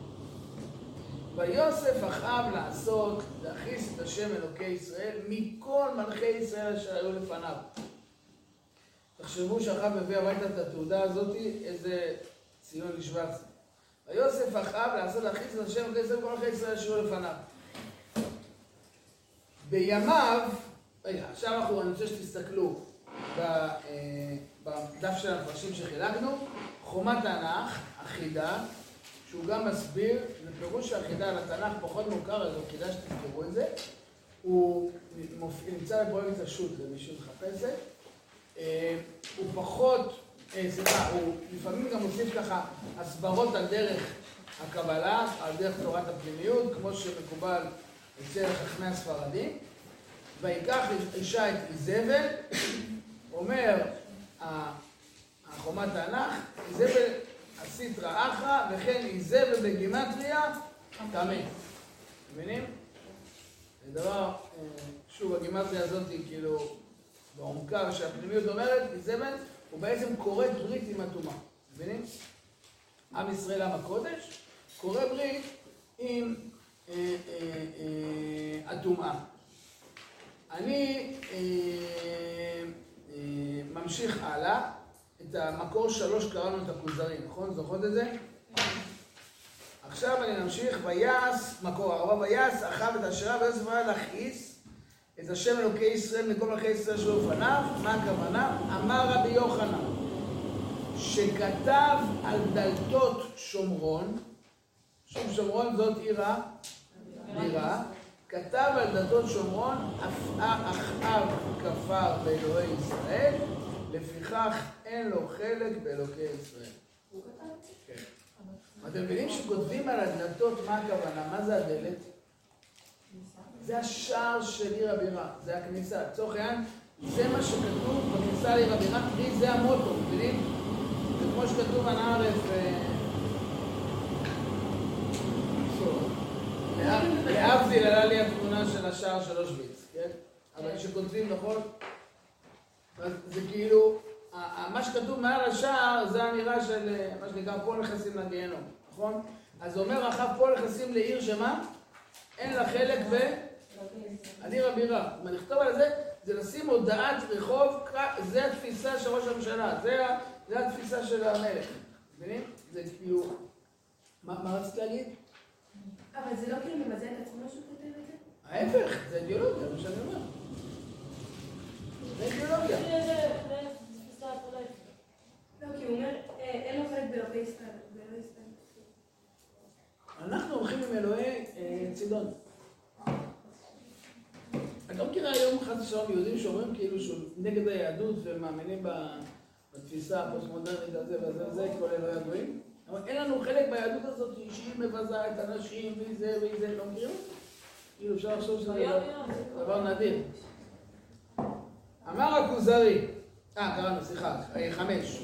ויוסף אחאב לעשות, להכעיס את השם אלוקי ישראל מכל מלכי ישראל אשר היו לפניו. תחשבו שאחאב הביא הביתה את התעודה הזאת, איזה ציון לשבח. ויוסף אחאב לעשות להכעיס את השם אלוקי ישראל מכל מלכי ישראל אשר היו לפניו. בימיו, רגע, עכשיו אנחנו, אני רוצה שתסתכלו בדף של המפרשים שחילקנו, חומת תנ"ך, אחידה, שהוא גם מסביר, זה פירוש האחידה על התנ"ך פחות מוכר, אז כדאי שתזכרו את זה. הוא נמצא בפרויקט השו"ת למי שמחפש את. הוא פחות, סליחה, הוא לפעמים גם מוסיף ככה הסברות על דרך הקבלה, על דרך תורת הפנימיות, כמו שמקובל אצל חכמי הספרדים. ויקח אישה את איזבל, אומר החומת תנ"ך, איזבל עשית רעך, וכן איזבל בגימטריה, טמא. מבינים? זה דבר, שוב, הגימטריה הזאת היא כאילו בעומקה, שהפנימיות אומרת, איזבל, הוא בעצם כורת ברית עם הטומאה. מבינים? עם ישראל, עם הקודש, כורת ברית עם הטומאה. אני אה, אה, ממשיך הלאה, את המקור שלוש קראנו את הכוזרי, נכון? זוכרות את זה? עכשיו אני ממשיך, ויעש, מקור ארבע, ויעש אחאב את האשרה ויוסף היה להכעיס את השם אלוקי ישראל מכל מלכי ישראל שהיו לפניו. מה הכוונה? אמר רבי יוחנן, שכתב על דלתות שומרון, שוב שומרון זאת עירה, עירה, כתב על דלתות שומרון, אחאב כפר באלוהי ישראל, לפיכך אין לו חלק באלוקי ישראל. הוא כתב? כן. אתם מבינים שכותבים על הדלתות, מה הכוונה? מה זה הדלת? זה השער של עיר הבירה, זה הכניסה. לצורך העניין, זה מה שכתוב בכניסה לעיר הבירה, כי זה המוטו, מבינים? זה כמו שכתוב על הערף, להבדיל עלה לי התמונה של השער של אושוויץ, כן? אבל כשכותבים, נכון? זה כאילו, מה שכתוב מעל השער זה הנראה של מה שנקרא פה נכנסים לגיהנום, נכון? אז אומר אחאב פה נכנסים לעיר שמה? אין לה חלק ב... על עיר הבירה. מה נכתוב על זה? זה לשים הודעת רחוב, זה התפיסה של ראש הממשלה, זה התפיסה של המלך. מבינים? זה כאילו... מה רצית להגיד? אבל זה לא כאילו מבזה את עצמו שהוא כותב את זה? ההפך, זה אידיאולוגיה, מה שאני אומר. זה אידיאולוגיה. לא, כי הוא אומר, אין לו חלק באלוהי ישראל. אנחנו הולכים עם אלוהי צידון. אני לא מכירה היום חס ושלום יהודים שאומרים כאילו שהוא נגד היהדות ומאמינים בתפיסה הפוסט-מודרנית הזה וזה וזה, כל אלוהי הגויים. אבל אין לנו חלק ביהדות הזאת שהיא מבזה את הנשים וזה וזה, לא מכירים? כאילו אפשר לחשוב שזה דבר נדיר. אמר הכוזרי, אה, קראנו, סליחה, חמש.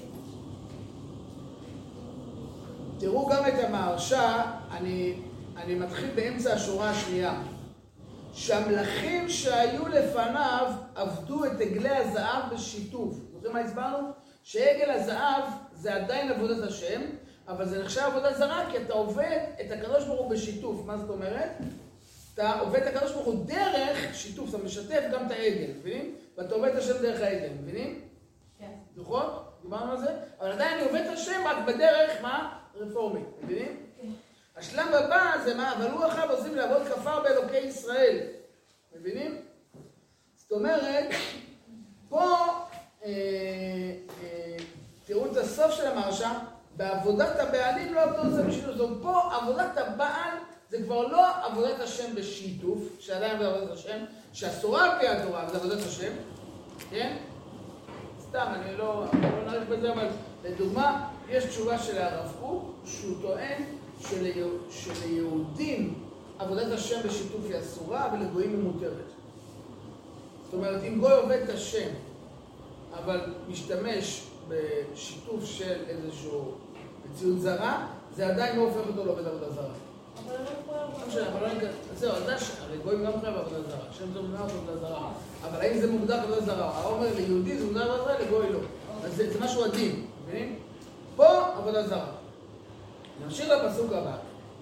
תראו גם את המהרש"א, אני, אני מתחיל באמצע השורה השנייה. שהמלכים שהיו לפניו עבדו את עגלי הזהב בשיתוף. זוכרים מה הסברנו? שעגל הזהב זה עדיין עבודת השם, אבל זה נחשב עבודה זרה, כי אתה עובד את הקדוש ברוך הוא בשיתוף. מה זאת אומרת? אתה עובד את הקדוש ברוך הוא דרך שיתוף, אתה משתף גם את העגל, מבינים? ואתה עובד את השם דרך העגל, מבינים? כן. זוכרות? דיברנו על זה? אבל עדיין אני עובד את השם רק בדרך, מה? רפורמית, מבינים? כן. השלב הבא זה מה? אבל הוא אחר עושים לעבוד כפר באלוקי ישראל. מבינים? זאת אומרת, פה, אה, אה, תראו את הסוף של המרשה, בעבודת הבעלים לא עבדו את זה בשיתוף. זאת פה עבודת הבעל זה כבר לא עבודת השם בשיתוף, שעדיין זה עבודת השם, שאסורה על פי התורה, זה עבודת השם, כן? סתם, אני לא, לא נעריך בזה, אבל לדוגמה, יש תשובה של הרב קוק, שהוא טוען שליהודים עבודת השם בשיתוף היא אסורה, ולגויים היא מותרת. זאת אומרת, אם גוי עובד את השם, אבל משתמש בשיתוף של איזשהו מציאות זרה, זה עדיין לא הופך אותו לעובד עבודה זרה. אבל לא יכול... לא משנה, אבל לא נקרא... זהו, הרי גויים גם חייב עבודה זרה, השם זה מוגדר עבודה זרה. אבל האם זה מוגדר עבודה זרה? האומר ליהודי זה מוגדר עבודה זרה, לגוי לא. אז זה משהו עדין, מבינים? פה עבודה זרה. נמשיך לפסוק הבא.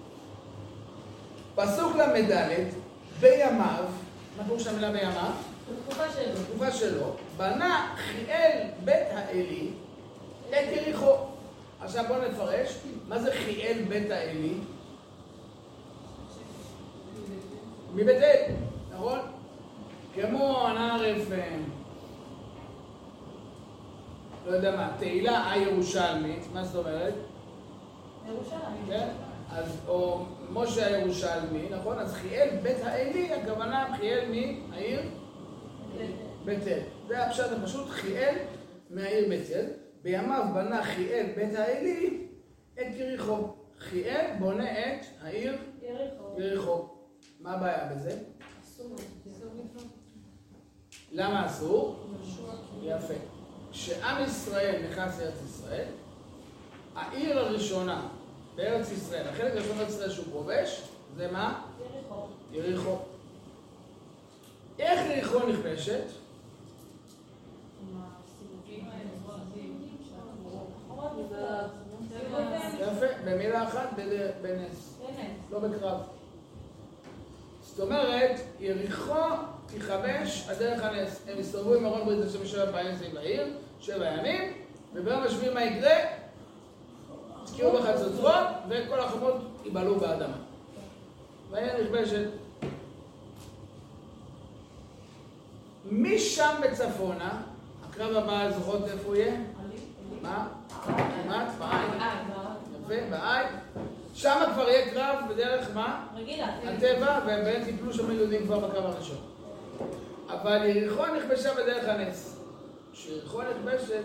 פסוק למדלת, בימיו, מה פירוש המילה בימיו? בתקופה שלו. בתקופה שלו, בנה חיאל בית האלי את יריחו. עכשיו בואו נפרש, מה זה חיאל בית האלי? מבית אל, נכון? כמו הנערף, לא יודע מה, תהילה הירושלמית, מה זאת אומרת? ירושלים. כן? אז, או משה הירושלמי, נכון? אז חיאל בית האלי, הכוונה חיאל מהעיר בית אל. זה הפשט הפשוט, חיאל מהעיר בית אל. בימיו בנה חיאל בית האלי את יריחו. חיאל בונה את העיר יריחו. יריחו. מה הבעיה בזה? אסור. אסור לפנות. למה אסור? יפה. כשעם ישראל נכנס לארץ ישראל, העיר הראשונה בארץ ישראל, החלק הראשון בארץ ישראל שהוא כובש, זה מה? יריחו. יריחו. איך יריחו נכבשת? יפה, במילה אחת, בנס. לא בקרב. זאת אומרת, יריחו תיכבש הדרך הנס. הם הסתובבו עם ארון ברית השם שבע פעמים סביב העיר, שבע ימים, וביום השביעי מה יקרה? תקיעו בחצוצרות, וכל החומות ייבלעו באדמה. והעיר נכבשת. משם בצפונה, הקרב הבא זוכרות איפה הוא יהיה? מה? כמעט? בעין. יפה, בעין. שם כבר יהיה קרב בדרך מה? רגילה. הטבע, והם טיפלו שם יהודים כבר בקרב הראשון. אבל יריחו נכבשה בדרך הנס. כשיריחו נכבשת,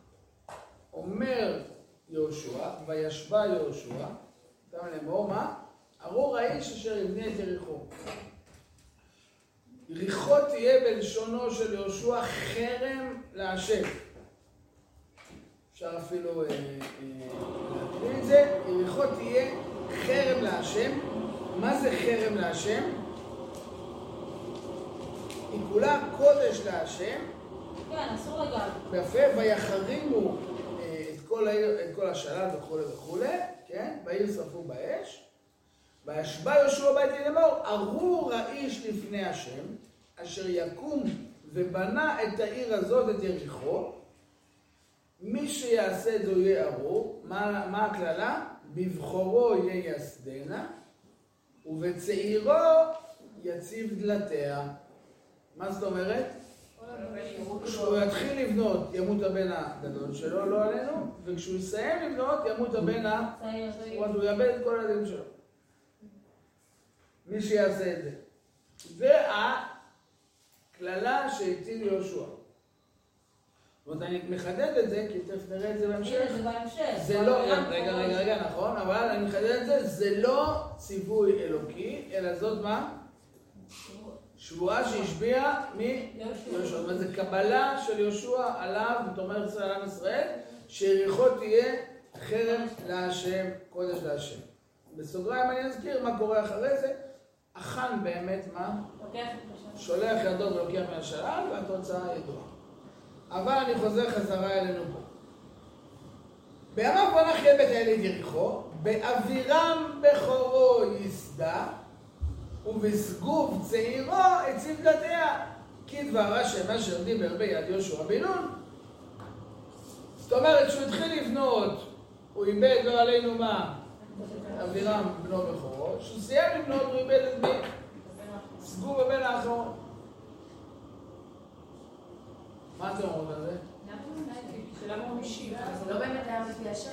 אומר יהושע, וישבע יהושע, גם לאמור מה? ארור האיש אשר יבנה את יריחו. יריחו תהיה בלשונו של יהושע חרם להשם. אפשר אפילו להקריא את זה. יריחו תהיה חרם להשם. מה זה חרם להשם? היא כולה קודש להשם. כן, אסור לגעת. יפה, ויחרימו את כל העיר, את כל השלל וכו' וכו', כן? בעיר שרפו באש. וישבע יהושע בית לאמור, ארור האיש לפני השם, אשר יקום ובנה את העיר הזאת, את יריחו. מי שיעשה את זה יהיה ארור. מה, מה הכללה? בבחורו ייסדנה, ובצעירו יציב דלתיה. מה זאת אומרת? כשהוא יתחיל לבנות ימות הבן הגדול שלו, לא עלינו, וכשהוא יסיים לבנות ימות הבן הצעיר. הוא יאבד את כל הילדים שלו. מי שיעשה את זה. זה הכללה שהטיל יהושע. זאת אומרת, אני מחדד את זה, כי תכף נראה את זה בהמשך. זה בהמשך. זה לא, רגע, רגע, רגע, נכון, אבל אני מחדד את זה, זה לא ציווי אלוקי, אלא זאת מה? שבועה שהשביע מיהושע. זאת אומרת, זה קבלה של יהושע עליו, בתומר ישראל, על עם ישראל, שיריחו תהיה חרם להשם, קודש להשם. בסוגריים אני אזכיר מה קורה אחרי זה. החאן באמת מה? שולח ידו ולוקח מהשלל, והתוצאה ידועה. אבל אני חוזר חזרה אלינו פה. בימיו בנה חיאל בית האלי את יריחו, באבירם בכורו יסדה, ובסגוב צעירו הציב דלתיה, כי דבר השם אשר דיבר ביד יהושע בן נון. זאת אומרת, כשהוא התחיל לבנות, הוא איבד לא עלינו מה? אבירם בנו בכורו, שהוא סיים לבנות הוא איבד את מי? סגור בבן האחרון. מה אתם אומרות על זה? שלמה הוא משיב. זה לא באמת היה מפי השם.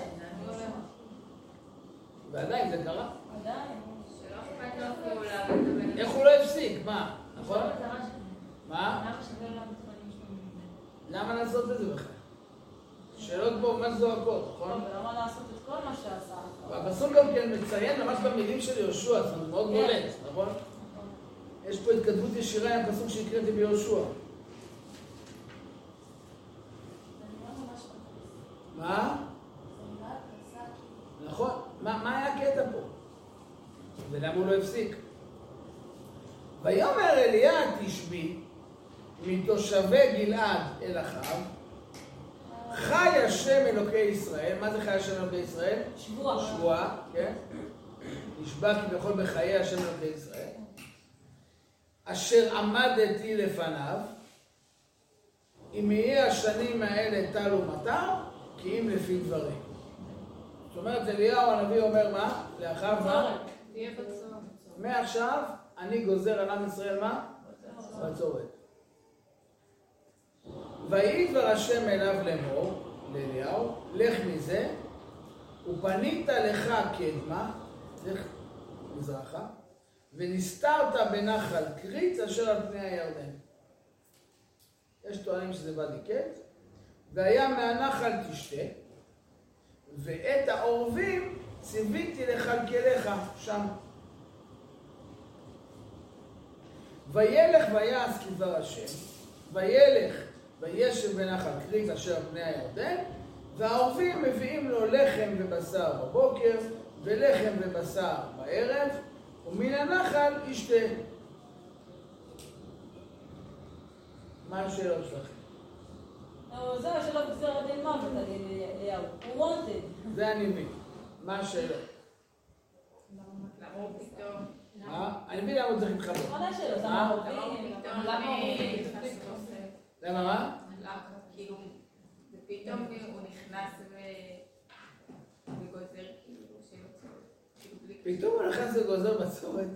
ועדיין זה קרה. עדיין. שלא אכפת לו אפילו להבין. איך הוא לא הפסיק? מה? נכון? מה? למה שווה למתכונים שלנו? למה לעשות את זה בכלל? שאלות פה ממש זועקות, נכון? ולמה לעשות את כל מה שעשה? הפסוק גם כן מציין ממש במילים של יהושע, זאת אומרת, מאוד בולט, נכון? יש פה התכתבות ישירה עם הפסוק שהקראתי ביהושע. מה? נכון, מה היה הקטע פה? ולמה הוא לא הפסיק? ויאמר אליה תשבי מתושבי גלעד אל אחאב, חי השם אלוקי ישראל. מה זה חי השם אלוקי ישראל? שבועה. שבועה, כן? נשבע כביכול בחיי השם אלוקי ישראל. אשר עמדתי לפניו, אם יהיה השנים האלה טל ומטר, כי אם לפי דברים. זאת אומרת, אליהו הנביא אומר מה? לאחאב מה? תהיה בצורת. מעכשיו אני גוזר על עם ישראל מה? בצורת. ויהי דבר השם אליו לאמור, לאליהו, לך מזה, ופנית לך קדמה, לך מזרחה, ונסתרת בנחל קריץ אשר על פני הירדן. יש טוענים שזה ואדי קץ, והיה מהנחל תשתה, ואת העורבים ציוויתי לכלכלך שם. וילך ויעש כדבר השם, וילך וישב בנחל קריץ אשר על פני הירדן, והעורבים מביאים לו לחם ובשר בבוקר, ולחם ובשר בערב, ומן הנחל ישתה. מה השאלות שלכם? זהו, שלא גזר דין מוות על אליהו. הוא wanted. זה אני מבין. מה השאלות? למה הוא פתאום? מה? אני מבין למה הוא צריך להתחבר. מה השאלות? למה הוא פתאום? למה הוא פתאום? למה מה? כאילו, ופתאום הוא נכנס וגוזר כאילו שיוצא. פתאום הוא נכנס וגוזר בצורת.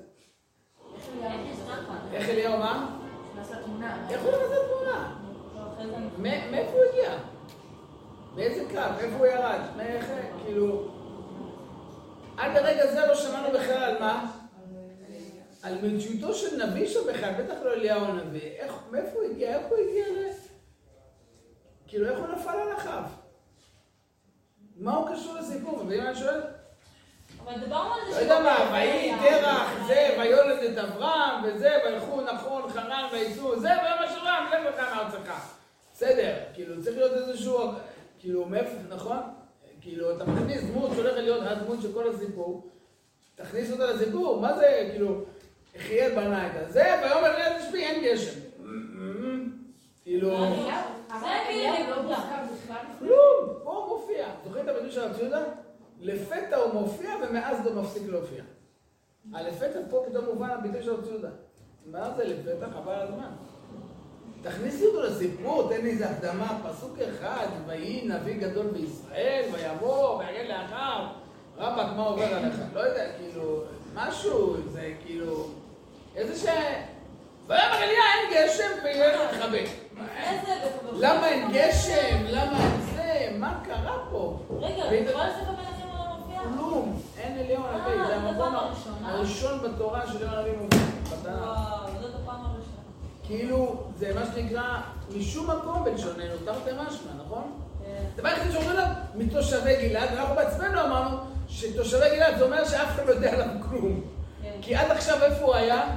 איך אליהו מה? נכנס לתמונה. איך הוא נכנס לתמונה? מאיפה הוא הגיע? באיזה קו? איפה הוא ירד? מאיך, כאילו... עד הרגע זה לא שמענו בכלל על מה? על מציאותו של נביא שם בכלל, בטח לא אליהו הנביא. מאיפה הוא הגיע? איך הוא הגיע ל... כאילו, איך הוא נפל על אחאב? מה הוא קשור לסיפור? ואם אני שואל? אבל דיברנו על זה... לא יודע מה, ויהי תרח, זה, ויולד את אברהם, וזה, וילכו נכון, חרן, וייסעו, זה, ויום השלום, לך לך מארצך. בסדר, כאילו, צריך להיות איזשהו, כאילו, מאיפה, נכון? כאילו, אתה מכניס דמות שהולכת להיות הדמות של כל הסיפור, תכניס אותה לסיפור, מה זה, כאילו, יחיאל בנה את זה, ויאמר אליהו תשבי, אין גשם. כאילו... זה כאילו לא מוזכר בכלל. כלום, פה הוא מופיע. זוכרים את הביטוי של הרב ציודה? לפתע הוא מופיע ומאז לא מפסיק להופיע. הלפתע פה פתאום מובן הביטוי של הרב ציודה. מה זה לפתע? חבל על הזמן. תכניסי אותו לסיפור, תן לי איזה הקדמה, פסוק אחד, ויהי נביא גדול בישראל, ויבוא, ויגד לאחר, רבק מה עובר עליך? לא יודע, כאילו, משהו, זה כאילו, איזה ש... ויאמר אליה אין גשם וילך להתחבא. למה אין גשם? למה אין זה? מה קרה פה? רגע, כל הספר מנחם לא מופיע? כלום, אין אליהו הנביא, זה המקום הראשון בתורה של אליהו הנביא מופיע. וואו, זאת הפעם הראשונה. כאילו, זה מה שנקרא, משום מקום בלשוננו, תרתי משמע, נכון? דבר אחד שאומרים לה, מתושבי גלעד, ואנחנו בעצמנו אמרנו שתושבי גלעד זה אומר שאף אחד לא יודע עליו כלום. כי עד עכשיו איפה הוא היה?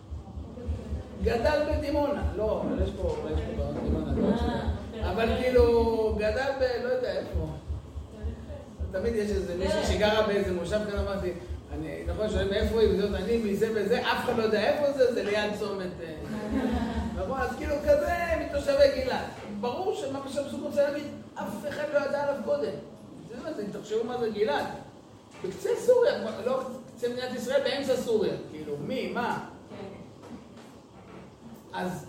גדל בדימונה. לא, אבל יש פה, יש פה בדימונה, אבל כאילו, גדל ב... לא יודע איפה. תמיד יש איזה מישהו שגרה באיזה מושב כאן, אמרתי, אני נכון שואלים מאיפה היא, וזאת אני, מזה וזה, אף אחד לא יודע איפה זה, זה ליד צומת. נכון, אז כאילו כזה מתושבי גלעד. ברור שמה שהפסוק רוצה להגיד, אף אחד לא ידע עליו קודם. זה, תחשבו מה זה גלעד. בקצה סוריה, לא קצה מדינת ישראל, באמצע סוריה. כאילו, מי, מה? אז,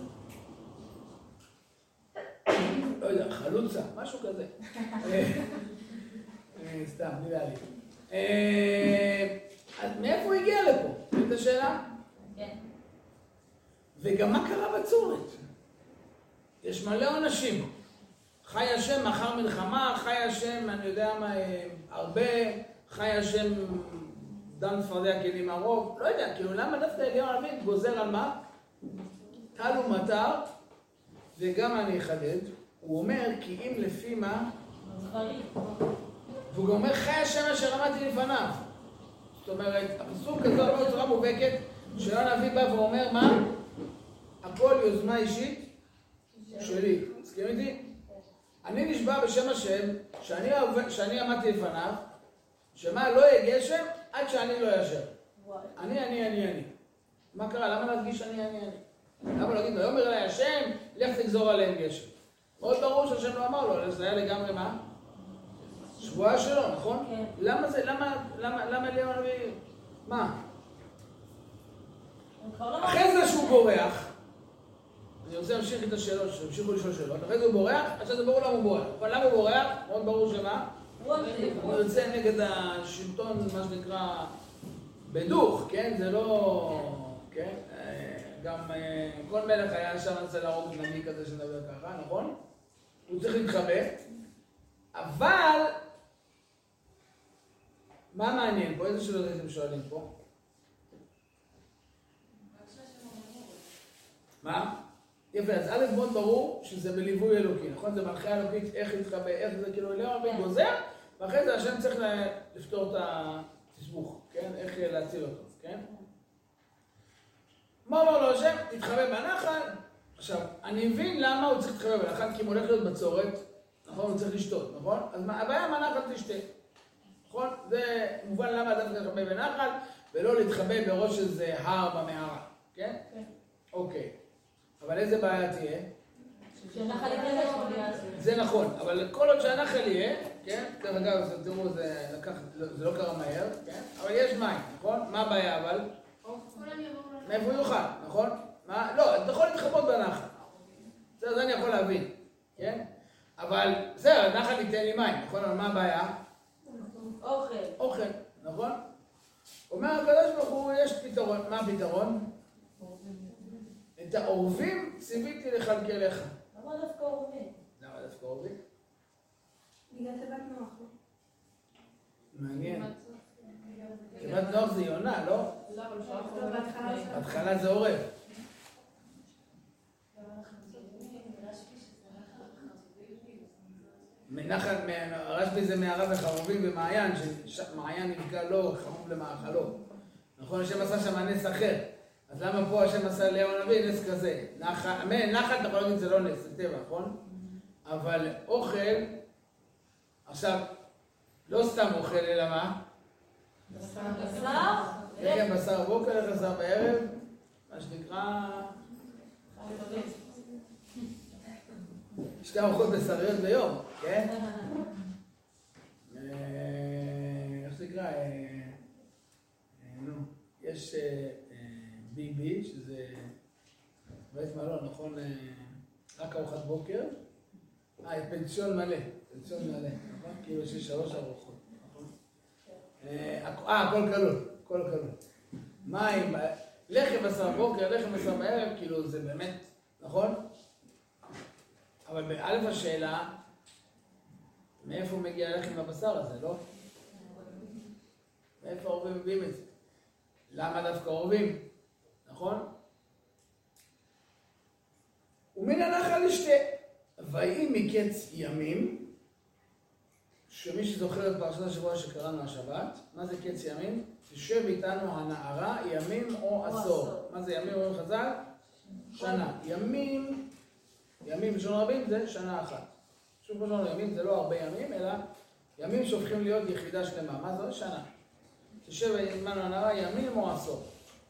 לא יודע, חלוצה, משהו כזה. סתם, נראה לי. אז מאיפה הוא הגיע לפה? זאת השאלה? כן. וגם מה קרה בצורת? יש מלא עונשים. חי השם אחר מלחמה, חי השם, אני יודע מה, הרבה, חי השם דם צפרדע כלים הרוב, לא יודע, כאילו למה דווקא אליהו הנביא גוזר על מה? טל ומטר, וגם אני אחדד, הוא אומר כי אם לפי מה? והוא גם אומר חי השם אשר עמדתי לפניו. זאת אומרת, הפסוק הזה אומר בצורה מובהקת, שאליהו הנביא בא ואומר מה? הכל יוזמה אישית שלי. מסכים איתי? אני נשבע בשם השם שאני, שאני עמדתי לפניו, שמה לא יהיה גשם עד שאני לא ישר. אני, אני, אני, אני. מה קרה? למה להדגיש אני, אני, אני? למה להגיד, ויאמר אליי השם, לך תגזור עליהם גשם. מאוד ברור שהשם לא אמר לו, זה היה לגמרי מה? שבועה שלו, נכון? כן. למה זה, למה, למה, למה אליהו הנביא? מה? אחרי זה שהוא בורח, אני רוצה להמשיך את השאלות, שהמשיכו לשאול שאלות, אחרי זה הוא בורח, עכשיו זה ברור למה הוא בורח. אבל למה הוא בורח? מאוד ברור שמה? הוא יוצא נגד השלטון, מה שנקרא, בדוך, כן? זה לא... כן? גם כל מלך היה שם אצל להרוג נביא כזה שנדבר ככה, נכון? הוא צריך להתחבא. אבל... מה מעניין פה? איזה שאלות אתם שואלים פה? מה? יפה, אז א' מאוד ברור שזה בליווי אלוקי, נכון? זה מנחה אלוקית, איך להתחבא, איך זה כאילו אליהו הנביא גוזר, ואחרי זה השם צריך לפתור את התסבוך, כן? איך להציל אותו, כן? מה אומר לו השם? תתחבא בנחל. עכשיו, אני מבין למה הוא צריך להתחבא בנחל, כי הוא הולך להיות בצורת, נכון? הוא צריך לשתות, נכון? אז הבעיה מהנחל תשתה, נכון? זה מובן למה אדם צריך להתחבא בנחל, ולא להתחבא בראש איזה הר במערה, כן? כן. אוקיי. אבל איזה בעיה תהיה? שהנחל יתגלה שנייה. זה נכון, אבל כל עוד שהנחל יהיה, כן? דרך אגב, תראו, זה לקח, זה לא קרה מהר, כן? אבל יש מים, נכון? מה הבעיה אבל? מאיפה הוא יוכל, נכון? מה? לא, אתה יכול להתחבות בנחל. זה, זה אני יכול להבין, כן? אבל בסדר, הנחל ייתן לי מים, נכון? אבל מה הבעיה? אוכל. אוכל, נכון? אומר הקדוש ברוך הוא, יש פתרון. מה הפתרון? את העורבים ציוויתי לכלכל לך. למה דווקא עורבים? למה דווקא עורבים? בגלל תיבת נוח. מעניין. תיבת נוח זה יונה, לא? לא, בהתחלה. בהתחלה זה עורב. מנחל, רשב"י זה מערה וחרובים ומעיין, שמעיין נפגע לו, חרוב למאכלו. נכון, השם עשה שם נס אחר. אז למה פה השם עשה אליהו הנביא נס כזה? נחל, נחל אתה יכול להגיד זה לא נס, זה טבע, נכון? אבל אוכל, עכשיו, לא סתם אוכל, אלא מה? בשר? לחם בשר בוקר, לחם בשר בערב, מה שנקרא... שתי ארוחות בשריות ביום, כן? איך זה נקרא? נו, יש בי בי, שזה בית מלון, נכון? רק ארוחת בוקר. אה, פנסיון מלא, פנסיון מלא, נכון? כאילו יש לי שלוש ארוחות, נכון? אה, הכל כלול, הכל כלול. מים, לחם בשר בוקר, לחם בשר בערב, כאילו זה באמת, נכון? אבל באלף השאלה, מאיפה מגיע הלחם לבשר הזה, לא? מאיפה העורבים מביאים את זה? למה דווקא עורבים? נכון? ומן הנחל ישתה. ויהי מקץ ימים, שמי שזוכר את פרשת השבוע שקראנו השבת, מה זה קץ ימים? תשב איתנו הנערה ימים או עשור. מה זה ימים אומרים חז"ל? שנה. ימים, ימים בשון רבים זה שנה אחת. שוב בשון ימים זה לא הרבה ימים, אלא ימים שהופכים להיות יחידה שלמה. מה זה? שנה. תשב איתנו הנערה ימים או עשור.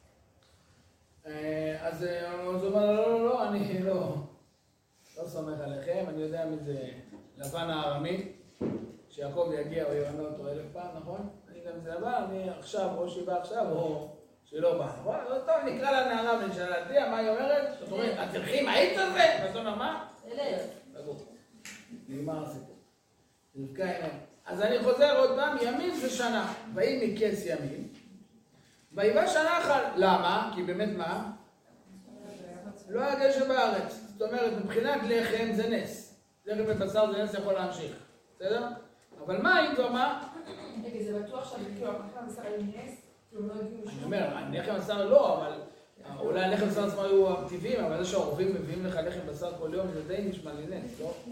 אז הוא אומר, לא, לא, לא, אני לא, לא סומך עליכם, אני יודע מי זה לבן הארמי, שיעקב יגיע או ירמה אותו אלף פעם, נכון? אני יודע מי זה לבן, אני עכשיו, או שהיא באה עכשיו, או שלא באה, נכון? טוב, נקרא לה נערה ונשאלה, תדע, מה היא אומרת? זאת אומרת, את תלכי, מה היית על זה? ואת אומר, מה? אלף. נגמר הסיפור. רבקה, אז אני חוזר עוד פעם, ימים זה שנה. ויהי מקץ ימים. ויבא שנה אחת. למה? כי באמת מה? לא היה גשם בארץ. זאת אומרת, מבחינת לחם זה נס. לחם ובשר זה נס יכול להמשיך. בסדר? אבל מים כבר מה? רגע, זה בטוח שהלחם ובשר היו נס? אני אומר, לחם ובשר לא, אבל אולי לחם ובשר עצמו היו טבעיים, אבל זה שהעורבים מביאים לך לחם ובשר כל יום, זה די נשמע לי נס, לא?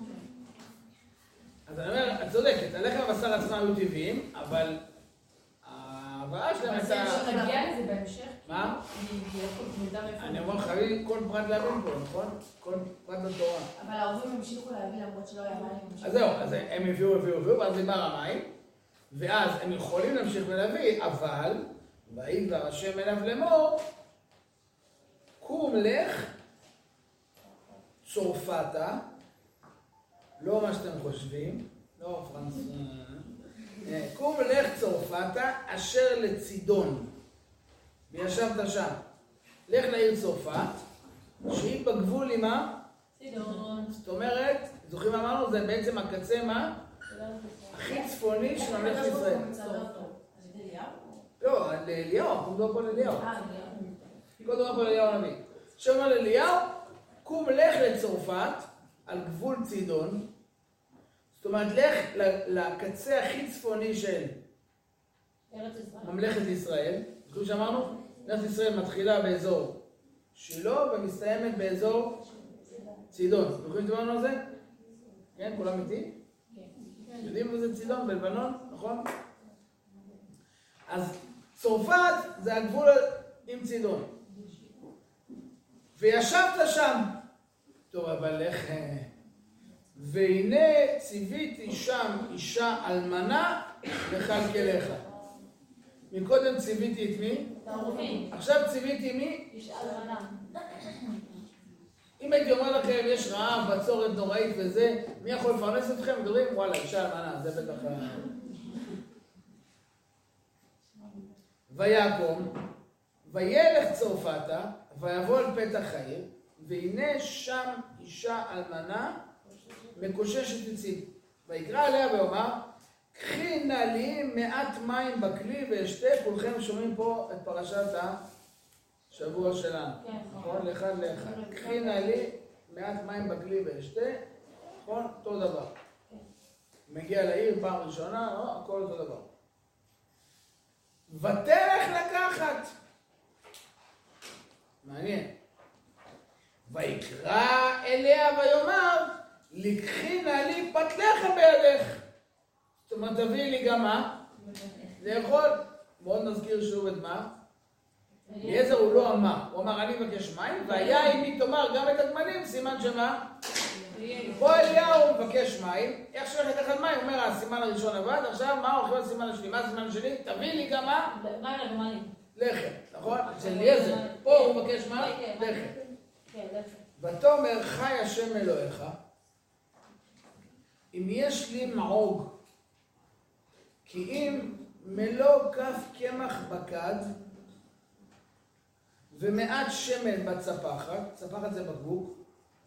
אז אני אומר, את צודקת, הלחם ובשר עצמם היו טבעיים, אבל ההבאה שלהם הייתה... אבל זה נגיע לזה בהמשך? מה? אני אומר, חייבים כל פרט להבין פה, נכון? כל פרט בתורה. אבל העורבים המשיכו להביא למרות שלא היה מים. אז זהו, אז הם הביאו, הביאו, הביאו, ואז נגמר המים, ואז הם יכולים להמשיך ולהביא, אבל, וידבר השם אליו לאמור, קום לך, צרפתה, לא מה שאתם חושבים, לא פרנס... קום לך צרפתה אשר לצידון, וישבת שם. לך לעיר צרפת, שהיא בגבול עם מה? צידון. זאת אומרת, זוכרים מה אמרנו? זה בעצם הקצה מה? הכי צפוני של ממלכת ישראל. לא, לאליהו, אנחנו מדברים פה לאליהו. קודם כל פה לאליהו הנביא. שאומר לאליהו, קום לך לצרפת, על גבול צידון, זאת אומרת, לך לקצה הכי צפוני של ממלכת ישראל. כמו שאמרנו, ממלכת ישראל מתחילה באזור שילה ומסתיימת באזור צידון. אתם יכולים לדבר על זה? כן, כולם איתי? יודעים מה זה צידון בלבנון, נכון? אז צרפת זה הגבול עם צידון. וישבת שם. טוב, אבל איך... והנה ציוויתי שם אישה אלמנה לכלכלך. מקודם ציוויתי את מי? את העורבים. עכשיו ציוויתי מי? אישה אלמנה. אם הייתי אומר לכם, יש רעב, בצורת נוראית וזה, מי יכול לפרנס אתכם? מדברים, וואלה, אישה אלמנה, זה בטח... ויקום, וילך צרפתה, ויבוא אל פתח העיר, והנה שם אישה אלמנה, מקוששת עצים. ויקרא עליה ואומר, קחי נא לי מעט מים בכלי ואשתה. כולכם שומעים פה את פרשת השבוע שלנו. נכון? לאחד לאחד. קחי נא לי מעט מים בכלי ואשתה. נכון? אותו דבר. מגיע לעיר פעם ראשונה, לא? הכל אותו דבר. ותלך לקחת. מעניין. ויקרא אליה ויאמר, לקחי נא לי פת לחם בידך. זאת אומרת, תביאי לי גם מה? לאכול. מאוד נזכיר שוב את מה? אליעזר הוא לא אמר. הוא אמר, אני מבקש מים, והיה אם היא תאמר גם את הגמלים, סימן שמה? פה אליהו מבקש מים. איך שהולך לקחת מים? הוא אומר, הסימן הראשון עבד, עכשיו מה הולכים לסימן השני? מה הסימן השני? תביא לי גם מה? מים לגמלים. לחם, נכון? אצל אליעזר. פה הוא מבקש מה? לחם. כן, לחם. ותאמר חי השם אלוהיך, אם יש לי מעוג, כי אם מלוא כף קמח בקד ומעט שמן בצפחת, צפחת זה בקבוק,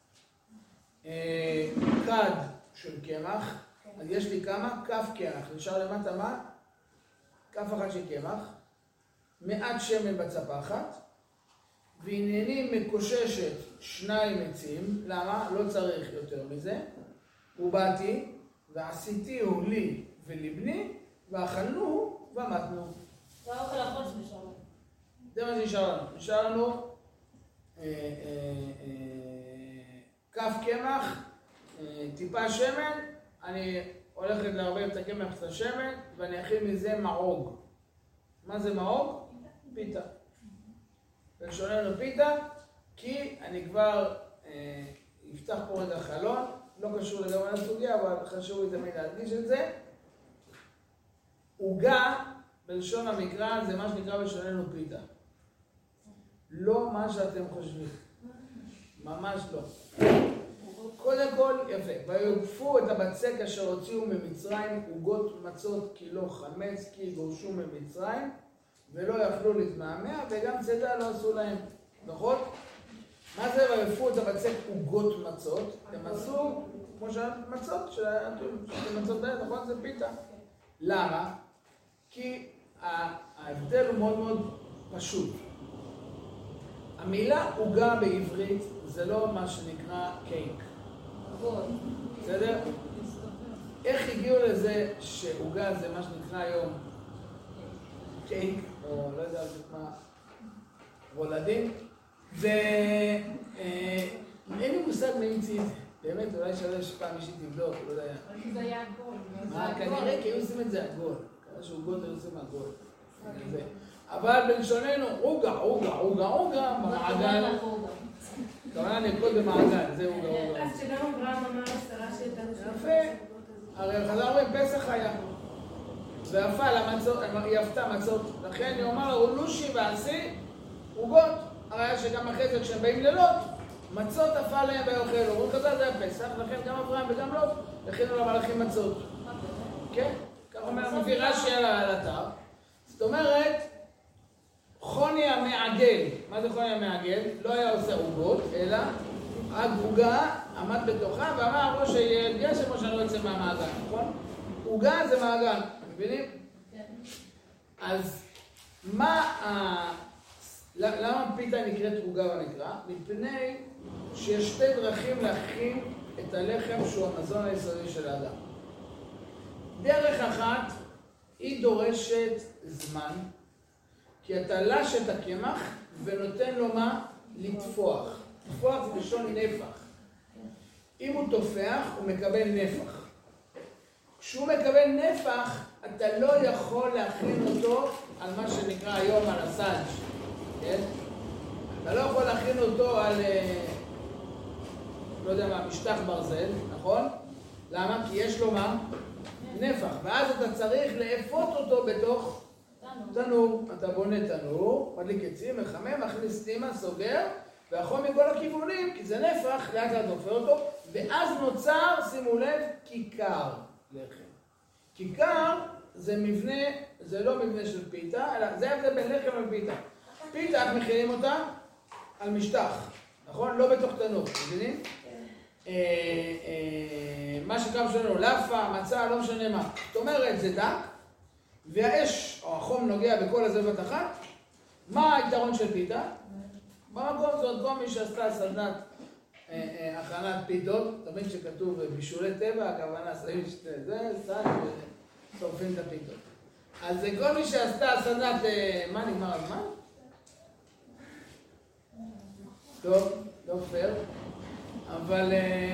כד של קמח, אז יש לי כמה? כף קמח, נשאר למטה מה? כף אחת של קמח, מעט שמן בצפחת, והנני מקוששת שניים עצים. למה? לא צריך יותר מזה. ובאתי ועשיתיהו לי ולבני ואכלנו ומתנו. זה האוכל האחרון שנשאר לנו. זה מה שנשאר לנו. נשאר לנו כף קמח, טיפה שמן. אני הולכת לערבב את הקמח את השמן ואני אכין מזה מעוג. מה זה מעוג? פיתה. ולשוננו פיתה, כי אני כבר אה, אפתח פה את החלון, לא קשור לגמרי לסוגיה, אבל חשוב לי תמיד להדגיש את זה. עוגה, בלשון המקרא, זה מה שנקרא בלשוננו פיתה. לא מה שאתם חושבים. ממש לא. קודם כל, יפה. ויגפו את הבצק אשר הוציאו ממצרים, עוגות מצות כי לא חמץ, כי גורשו ממצרים, ולא יכלו להתמהמה, וגם צידה לא עשו להם. נכון? מה זה ויפו את הבצק עוגות מצות? הם עשו, כמו שהמצות, מצות דיית, נכון? זה פיתה. למה? כי ההבדל הוא מאוד מאוד פשוט. המילה עוגה בעברית זה לא מה שנקרא קייק. בסדר? איך הגיעו לזה שעוגה זה מה שנקרא היום קייק, או לא יודע מה, רולדים? ואין לי מושג מי המציא את זה. באמת, אולי שווה שפעם מישהי תבדוק, לא יודע. זה היה עגול. מה, כנראה כי היו עושים את זה עגול. כנראה שעוגות היו עושים עגול. אבל בלשוננו, עוגה, עוגה, עוגה, עוגה, במעגל. כמובן נרקוד במעגל, זה עוגה, עוגה. אז שגם אברהם אמר לשרה שהייתה לשם. יפה. הרי חזר אומרים, פסח היה. ואפה למצות, היא אפתה מצות. לכן היא אומר לו, לושי ועשי עוגות. הרי שגם אחרי זה כשהם באים לילות, מצות אפה להם ויאכלו. אומרים חז"ל זה הפסח, לכן גם אברהם וגם לוט הכינו למלאכים מצות. כן? כך אומר, מביא רש"י על האתר. זאת אומרת, חוני המעגל, מה זה חוני המעגל? לא היה עושה עוגות, אלא עוגה עמד בתוכה ואמר ראש שיגיע שמו שאני לא יוצא מהמעגל, נכון? עוגה זה מעגל, מבינים? אז מה ה... למה פיתה נקראת עוגה במקרא? מפני שיש שתי דרכים להכין את הלחם שהוא המזון היסודי של האדם. דרך אחת היא דורשת זמן, כי אתה לש את הקמח ונותן לו מה? לתפוח. לתפוח זה לשון נפח. אם הוא תופח, הוא מקבל נפח. כשהוא מקבל נפח, אתה לא יכול להכין אותו על מה שנקרא היום על הסאג', כן? אתה לא יכול להכין אותו על, לא יודע מה, משטח ברזל, נכון? למה? כי יש לו מה? נפח. ואז אתה צריך לאפות אותו בתוך תנור. אתה בונה תנור, מדליק עצים, מחמם, מכניס סטימה, סוגר, והחום מכל הכיוונים, כי זה נפח, לאט לאט נופר אותו, ואז נוצר, שימו לב, כיכר לחם. כיכר זה מבנה, זה לא מבנה של פיתה, אלא זה ההבדל בין לחם לפיתה. פיתה, איך מכינים אותה? על משטח, נכון? לא בתוך תנור, מבינים? מה שקם שלנו, לאפה, מצה, לא משנה מה. זאת אומרת, זה דק, והאש או החום נוגע בכל הזה בת אחת. מה היתרון של פיתה? במקום זאת, כל מי שעשתה סדנת הכנת פיתות, תמיד שכתוב בישולי טבע, הכוונה שמים שתי זה, סד ושורפים את הפיתות. אז כל מי שעשתה סדנת, מה נגמר הזמן? טוב, לא פייר, אבל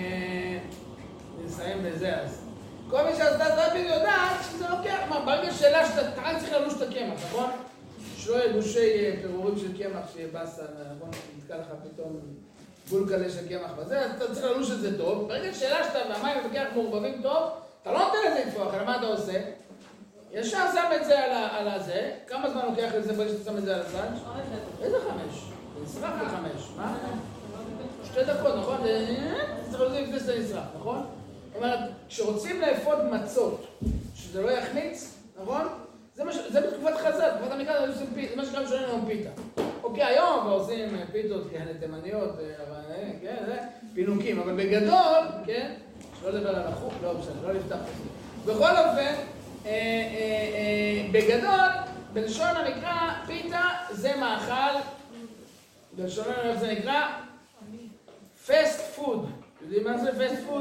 נסיים בזה אז. כל מי שעשתה סדנת פיתות יודעת שזה לוקח, מה, ברגע שאלה שאתה רק צריך ללוש את הקמח, נכון? שלא יהיה גושי פירורים של קמח שיהיה בסה, נכון? נתקע לך פתאום בולקלה של קמח וזה, אתה צריך ללוש את זה טוב. ברגע שאלה שאתה והמים ובקח מעורבבים טוב, אתה לא נותן לזה לתפוח, אלא מה אתה עושה? ישר שם את זה על הזה, כמה זמן לוקח לזה ברגע שאתה שם את זה על הסנץ'? איזה חמש? זה נשרף לחמש, מה? שתי דקות, נכון? זה צריך לזה לפני שזה נשרף, נכון? זאת אומרת, כשרוצים לאפות מצות, שזה לא יחמיץ, נכון? זה בתקופת חז"ל, תקופת המקרא, זה מה שקרה משנה לנו פיתה. אוקיי, היום כבר עושים פיתות כאלה תימניות, כן, זה פינוקים, אבל בגדול, כן, שלא לדבר על החוק, לא משנה, לא לפתח את זה. בכל אופן, בגדול, בלשון המקרא, פיתה זה מאכל, בלשוננו איך זה נקרא? פסט פוד. יודעים מה זה פסט פוד?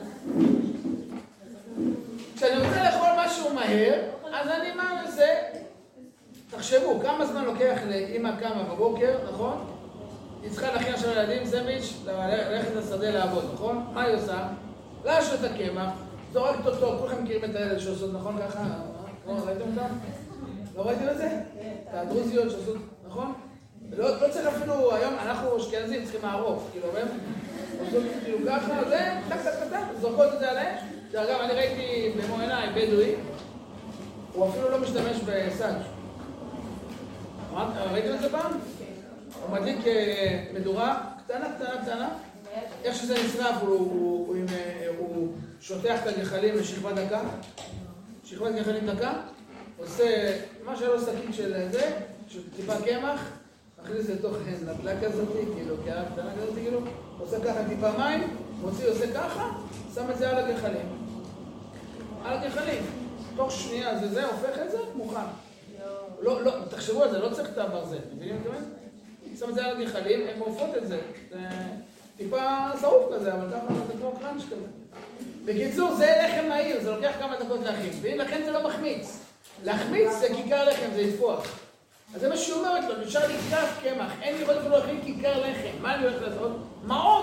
כשאני רוצה לאכול משהו מהר, אז אני מה זה? תחשבו, כמה זמן לוקח לאמא קמה בבוקר, נכון? היא צריכה להכין עכשיו ילדים סנדוויץ', ללכת לשדה לעבוד, נכון? מה היא עושה? לש את הקמח, זורקת אותו, כולכם מכירים את האלה שעושות, נכון ככה? ראיתם אותם? לא ראיתם את זה? את הדרוזיות שעושות, נכון? לא צריך אפילו, היום אנחנו אשכנזים צריכים מערוף, כאילו, הם עושות כאילו ככה, זה, טק טק טק, זורקות את זה עליהם. אגב, אני ראיתי במו עיניי בדואי, הוא אפילו לא משתמש בסאג'. ראיתם את זה פעם? הוא מדליק מדורה קטנה, קטנה, קטנה. איך שזה נשרף, הוא שוטח את הגחלים לשכבת דקה. שכבת גחלים דקה. עושה מה שלא שקית של זה, של טיפה קמח. מכניס לתוך נטלה כזאת, כאילו, קערה קטנה כזאת, כאילו, עושה ככה טיפה מים, מוציא, עושה ככה, שם את זה על הגחלים. על הגחלים. תוך שנייה זה זה, הופך את זה, מוכן. לא, לא, תחשבו על זה, לא צריך את הברזל, מבינים את זה? שם את זה על הגחלים, הם עופות את זה. זה טיפה שרוף כזה, אבל ככה זה כמו קראנץ' כזה. בקיצור, זה לחם מהיר, זה לוקח כמה דקות להכין, ולכן זה לא מחמיץ. להחמיץ זה כיכר לחם, זה יתפוח. אז זה מה שהיא אומרת לו, נשאר לי כף קמח, אין לי יכולת אפילו להכין כיכר לחם. מה אני הולך לעשות? מעוז!